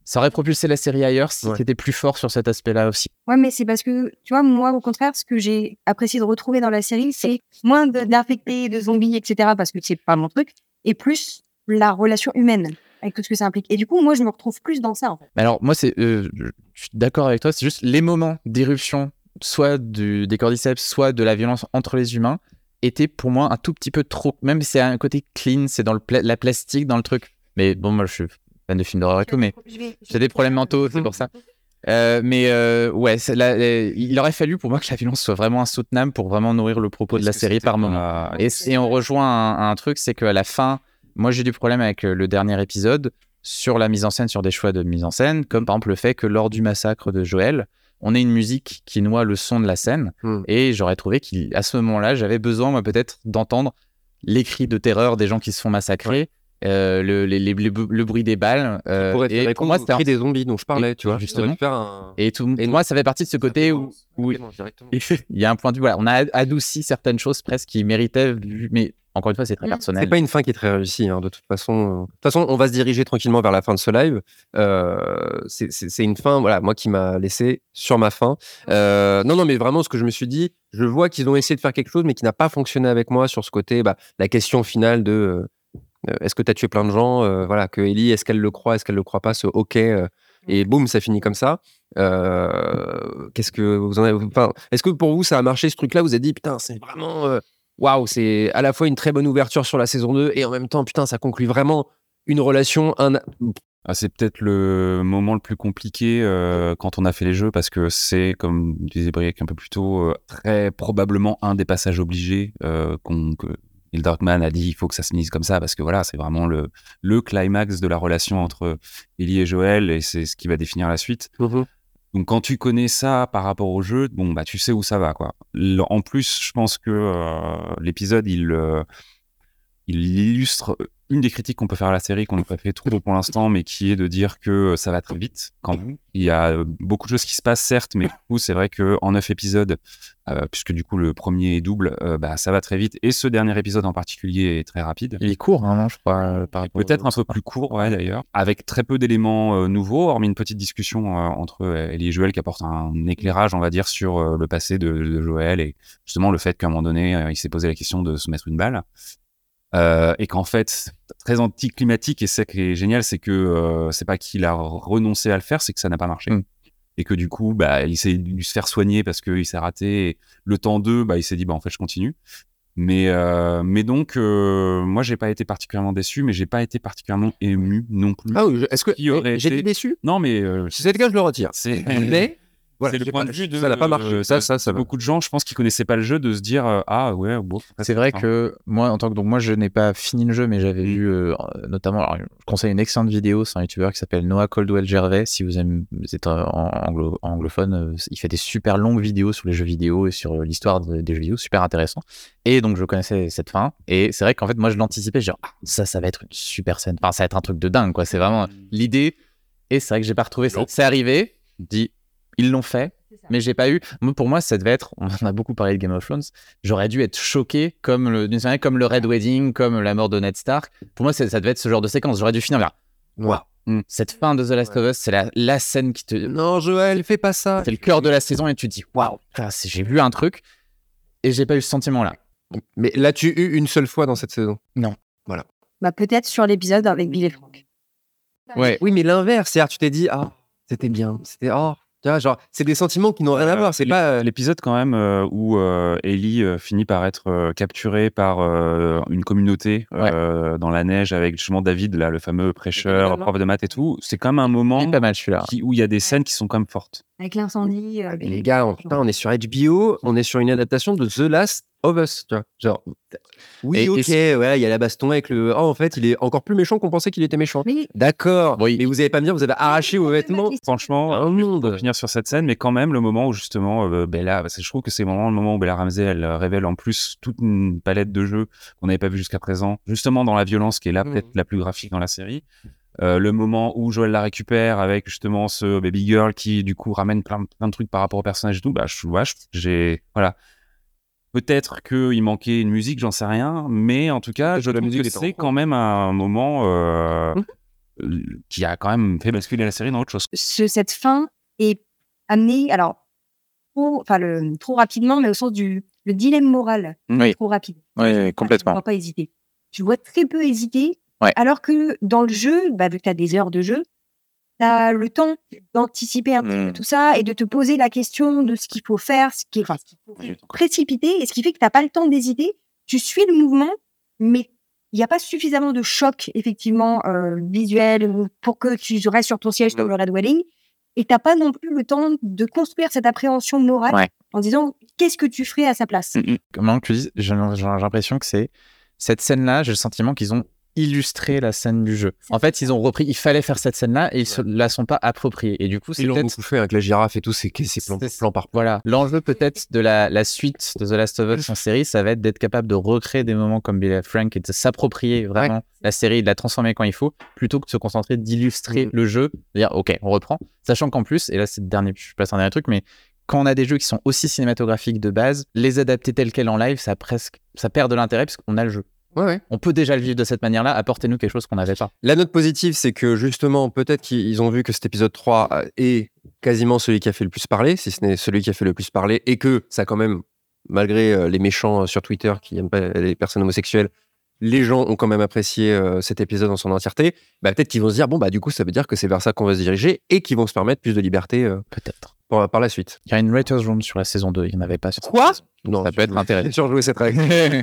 ça aurait propulsé la série ailleurs si Ouais. c'était plus fort sur cet aspect-là aussi. Ouais, mais c'est parce que, tu vois, moi, au contraire, ce que j'ai apprécié de retrouver dans la série, c'est moins de- d'infectés, de zombies, et cetera, parce que c'est pas mon truc, et plus la relation humaine, avec tout ce que ça implique. Et du coup, moi, je me retrouve plus dans ça, en fait. Mais alors, moi, c'est, euh, je je suis d'accord avec toi, c'est juste les moments d'éruption, soit du, des cordyceps, soit de la violence entre les humains, étaient pour moi un tout petit peu trop. Même si c'est un côté clean, c'est dans le pla- la plastique, dans le truc. Mais bon, moi, je suis fan de films d'horreur et tout, mais j'ai des problèmes mentaux, c'est pour ça. Euh, mais euh, ouais, c'est la- la- il aurait fallu pour moi que la violence soit vraiment insoutenable pour vraiment nourrir le propos de la Est-ce que série c'était par pas- moment. Et, et on rejoint un, un truc, c'est qu'à la fin, moi j'ai du problème avec euh, le dernier épisode sur la mise en scène, sur des choix de mise en scène, comme par exemple le fait que lors du massacre de Joël, on ait une musique qui noie le son de la scène. Hmm. Et j'aurais trouvé qu'à ce moment-là, j'avais besoin, moi, peut-être, d'entendre les cris de terreur des gens qui se font massacrer, euh, le, les- les- les- le bruit des balles. euh, Pour être et pour moi, au c'était un- cri des zombies dont je parlais, tu vois. justement. Ça aurait pu faire un... Et tout, Et pour moi, ça fait partie de ce côté où, où Vraiment, directement. il y a un point de vue. Voilà, on a adouci certaines choses presque qui méritaient, vu- mais encore une fois, c'est très Mm. personnel. C'est pas une fin qui est très réussie, hein, de toute façon. euh. De toute façon, on va se diriger tranquillement vers la fin de ce live. Euh, c'est- c'est c'est une fin, voilà, moi qui m'a laissé sur ma faim. Euh, non, non, mais vraiment, ce que je me suis dit, je vois qu'ils ont essayé de faire quelque chose, mais qui n'a pas fonctionné avec moi sur ce côté, bah, la question finale de euh, euh, est-ce que tu as tué plein de gens, euh, voilà, que Ellie, est-ce qu'elle le croit, est-ce qu'elle le croit pas, ce OK, euh, et boum, ça finit comme ça. Euh, Qu'est-ce que vous en avez, enfin, est-ce que pour vous ça a marché ce truc-là? Vous avez dit putain, c'est vraiment euh, waouh, c'est à la fois une très bonne ouverture sur la saison deux et en même temps, putain, ça conclut vraiment une relation. Un... Ah, c'est peut-être le moment le plus compliqué euh, quand on a fait les jeux parce que c'est, comme disait Briac un peu plus tôt, euh, très probablement un des passages obligés euh, qu'on, que Neil Druckmann a dit il faut que ça se finisse comme ça parce que voilà, c'est vraiment le, le climax de la relation entre Ellie et Joël et c'est ce qui va définir la suite. Donc quand tu connais ça par rapport au jeu, bon bah tu sais où ça va quoi. L- En plus, je pense que euh, l'épisode il euh, il illustre une des critiques qu'on peut faire à la série, qu'on n'a pas fait trop pour l'instant, mais qui est de dire que ça va très vite quand même. Il y a beaucoup de choses qui se passent, certes, mais du coup, c'est vrai qu'en neuf épisodes, euh, puisque du coup, le premier est double, euh, bah, ça va très vite. Et ce dernier épisode en particulier est très rapide. Il est court, hein, non, je crois, euh, par rapport Peut-être aux un peu autres. plus court, ouais, d'ailleurs, avec très peu d'éléments euh, nouveaux, hormis une petite discussion euh, entre euh, Ellie et Joël qui apporte un éclairage, on va dire, sur euh, le passé de, de Joël et justement le fait qu'à un moment donné, euh, il s'est posé la question de se mettre une balle. Euh, et qu'en fait, très anticlimatique, et c'est qui est génial, c'est que euh, c'est pas qu'il a renoncé à le faire, c'est que ça n'a pas marché. Mm. Et que du coup, bah, il s'est dû se faire soigner parce qu'il s'est raté. Et le temps deux, bah, il s'est dit, bah, en fait, je continue. Mais, euh, mais donc, euh, moi, j'ai pas été particulièrement déçu, mais j'ai pas été particulièrement ému non plus. Ah oui, je- est-ce que Qui aurait eh, j'ai été- dit déçu? Non, mais euh, Si c'est le cas, je le retire. c'est Mais voilà, c'est le j'ai point pas- de vue de ça n'a pas marché. euh, Ça, de- ça, ça de va. beaucoup de gens, je pense, qui connaissaient pas le jeu, de se dire euh, ah ouais, bon. C'est vrai enfin, que moi, en tant que donc moi, je n'ai pas fini le jeu, mais j'avais Mm. vu euh, notamment. Alors, je conseille une excellente vidéo, c'est un youtubeur qui s'appelle Noah Caldwell Gervais. Si vous, aimez, vous êtes euh, en anglo- anglophone, euh, il fait des super longues vidéos sur les jeux vidéo et sur euh, l'histoire de- des jeux vidéo, super intéressant. Et donc je connaissais cette fin, et c'est vrai qu'en fait moi je l'anticipais, genre ah, ça, ça va être une super scène. Enfin, ça va être un truc de dingue, quoi. C'est vraiment l'idée. Et c'est vrai que j'ai pas retrouvé ça. Non. C'est arrivé, dit ils l'ont fait. C'est ça. Mais j'ai pas eu. Moi, pour moi, ça devait être. On en a beaucoup parlé de Game of Thrones. J'aurais dû être choqué comme le, d'une certaine manière, comme le Red Wedding, comme la mort de Ned Stark. Pour moi, c'est- ça devait être ce genre de séquence. J'aurais dû finir là. Ouais. Mm. Cette fin de The Last of Us, c'est la, la scène qui te. Non, Joël, fais pas ça. C'est le cœur de la saison et tu te dis waouh, putain, c'est- j'ai vu un truc et j'ai pas eu ce sentiment-là. Mais l'as-tu eu une seule fois dans cette saison? Bah, peut-être sur l'épisode avec Bill et Frank. Ouais. Oui, mais l'inverse, c'est-à-dire tu t'es dit ah, c'était bien, c'était oh, tu vois, genre c'est des sentiments qui n'ont rien à voir, c'est l'ép- pas euh, l'épisode quand même euh, où euh, Ellie euh, finit par être euh, capturée par euh, une communauté euh, dans la neige avec justement David, là, le fameux prêcheur, David, prof de maths et tout. C'est quand même un moment Il est pas mal celui-là. qui- où il y a des scènes qui sont quand même fortes. Avec l'incendie. euh, mais les gars, on, putain, on est sur H B O, on est sur une adaptation de The Last of Us, tu vois. Genre oui, Et- et OK, c'est- ouais, il y a la baston avec le oh en fait, il est encore plus méchant qu'on pensait qu'il était méchant. Mais D'accord. Oui. Mais vous allez pas me dire vous avez arraché vos vêtements Franchement, un pour monde. finir sur cette scène, mais quand même le moment où justement euh, Bella, parce que je trouve que c'est vraiment le moment où Bella Ramsey elle euh, révèle en plus toute une palette de jeux qu'on n'avait pas vu jusqu'à présent, justement dans la violence qui est là Mhm. peut-être la plus graphique dans la série. Euh, le moment où Joël la récupère avec justement ce baby girl qui du coup ramène plein, plein de trucs par rapport au personnage et tout, bah je, ouais, je- j'ai voilà. Peut-être qu'il manquait une musique, j'en sais rien, mais en tout cas, je La trouve musique que était c'est en- quand même un moment euh, Mhm. euh, qui a quand même fait basculer la série dans autre chose. Ce- cette fin est amenée, alors, trop, enfin, le, trop rapidement, mais au sens du le dilemme moral, Oui, trop rapide. oui, Je ne complètement. vois pas hésiter. Je vois très peu hésiter, Ouais. alors que dans le jeu, bah, vu que tu as des heures de jeu, tu as le temps d'anticiper un petit peu Mm. tout ça et de te poser la question de ce qu'il faut faire, ce qui, enfin, ce qu'il faut Oui. précipiter, et ce qui fait que tu n'as pas le temps d'hésiter. Tu suis le mouvement, mais il n'y a pas suffisamment de choc, effectivement, euh, visuel pour que tu restes sur ton siège comme le Red Wedding. Et tu n'as pas non plus le temps de construire cette appréhension morale Ouais. en disant qu'est-ce que tu ferais à sa place. Mm, mm. Comment tu dis, j'ai j'ai l'impression que c'est cette scène-là, j'ai le sentiment qu'ils ont illustré la scène du jeu. En fait, ils ont repris, il fallait faire cette scène-là et ils se la sont pas appropriés. Et du coup, c'est Ils l'ont peut-être beaucoup fait avec la girafe et tout, c'est c'est plan, C'est- plan par plan. Voilà, l'enjeu peut-être de la, la suite de The Last of Us en série, ça va être d'être capable de recréer des moments comme Bill et Frank et de s'approprier vraiment la série, de la transformer quand il faut, plutôt que de se concentrer d'illustrer Mm. le jeu, de dire ok, on reprend, sachant qu'en plus, et là c'est le dernier, je passe un dernier truc, mais quand on a des jeux qui sont aussi cinématographiques de base, les adapter tels quels en live, ça presque, ça perd de l'intérêt parce qu'on a le jeu. Ouais, ouais. On peut déjà le vivre de cette manière-là, apportez-nous quelque chose qu'on n'avait pas. La note positive, c'est que justement, peut-être qu'ils ont vu que cet épisode trois est quasiment celui qui a fait le plus parler, si ce n'est celui qui a fait le plus parler, et que ça quand même, malgré euh, les méchants sur Twitter qui n'aiment pas les personnes homosexuelles, les gens ont quand même apprécié euh, cet épisode en son entièreté. Bah, peut-être qu'ils vont se dire, bon, bah du coup, ça veut dire que c'est vers ça qu'on va se diriger, et qu'ils vont se permettre plus de liberté euh, Peut-être. par, par la suite. Il y a une Writer's Room sur la saison deux, il n'y en avait pas sur Quoi cette saison. Non, Ça peut être intéressant. J'ai surjoué cette règle.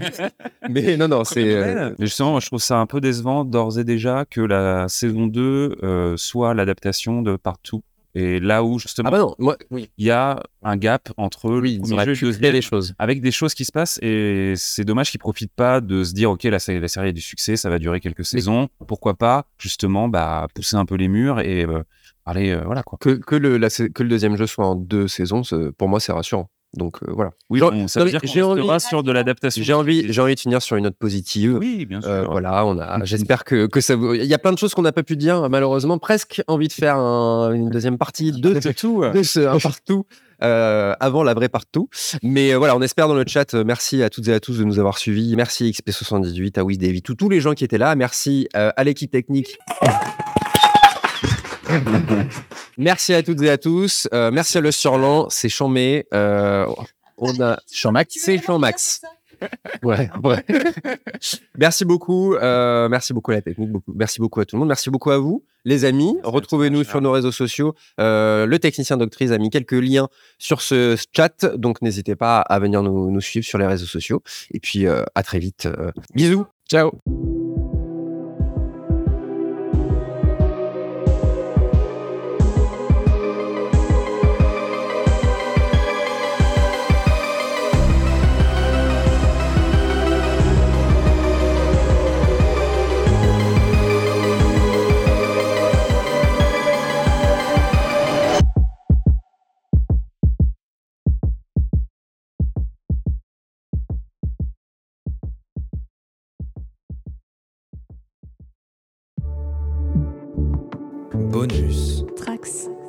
Mais non, non, c'est... euh, Mais justement, moi, je trouve ça un peu décevant d'ores et déjà que la saison deux euh, soit l'adaptation de Partout. Et là où, justement, Ah bah non, moi, oui. il y a un gap entre Oui, le ils premier auraient jeu et pu le créer deuxième, des choses. avec des choses qui se passent, et c'est dommage qu'ils profitent pas de se dire ok, la série, la série a du succès, ça va durer quelques saisons, pourquoi pas justement bah, pousser un peu les murs et euh, aller euh, voilà quoi. Que, que, le, la, que le deuxième jeu soit en deux saisons, c'est- pour moi, c'est rassurant. Donc euh, voilà. Oui, Genre- bon, ça non, veut mais dire qu'on j'ai envie- restera sur de l'adaptation. J'ai envie, j'ai envie de finir sur une note positive. Oui, bien sûr. Euh, voilà, on a. J'espère que, que ça vous. Il y a plein de choses qu'on n'a pas pu dire, malheureusement. Presque envie de faire un- une deuxième partie de, C'est tout. de ce un partout euh, avant la vraie partout. Mais euh, voilà, on espère dans le chat. euh, merci à toutes et à tous de nous avoir suivis. Merci X P soixante-dix-huit, à WizDavid, tous tous les gens qui étaient là. Merci euh, à l'équipe technique. Merci à toutes et à tous. Euh, merci à Le Surlan, c'est chambé. Euh, on a Jean-Max, c'est Jean-Max. Ouais, ouais. Merci beaucoup. euh, merci beaucoup à la technique. Beaucoup. Merci beaucoup à tout le monde. Merci beaucoup à vous, les amis. Retrouvez-nous sur nos réseaux sociaux. Euh, le technicien Doctrice a mis quelques liens sur ce chat. Donc, n'hésitez pas à venir nous, nous suivre sur les réseaux sociaux. Et puis, euh, à très vite. Euh, bisous. ciao. Bonus. Trax.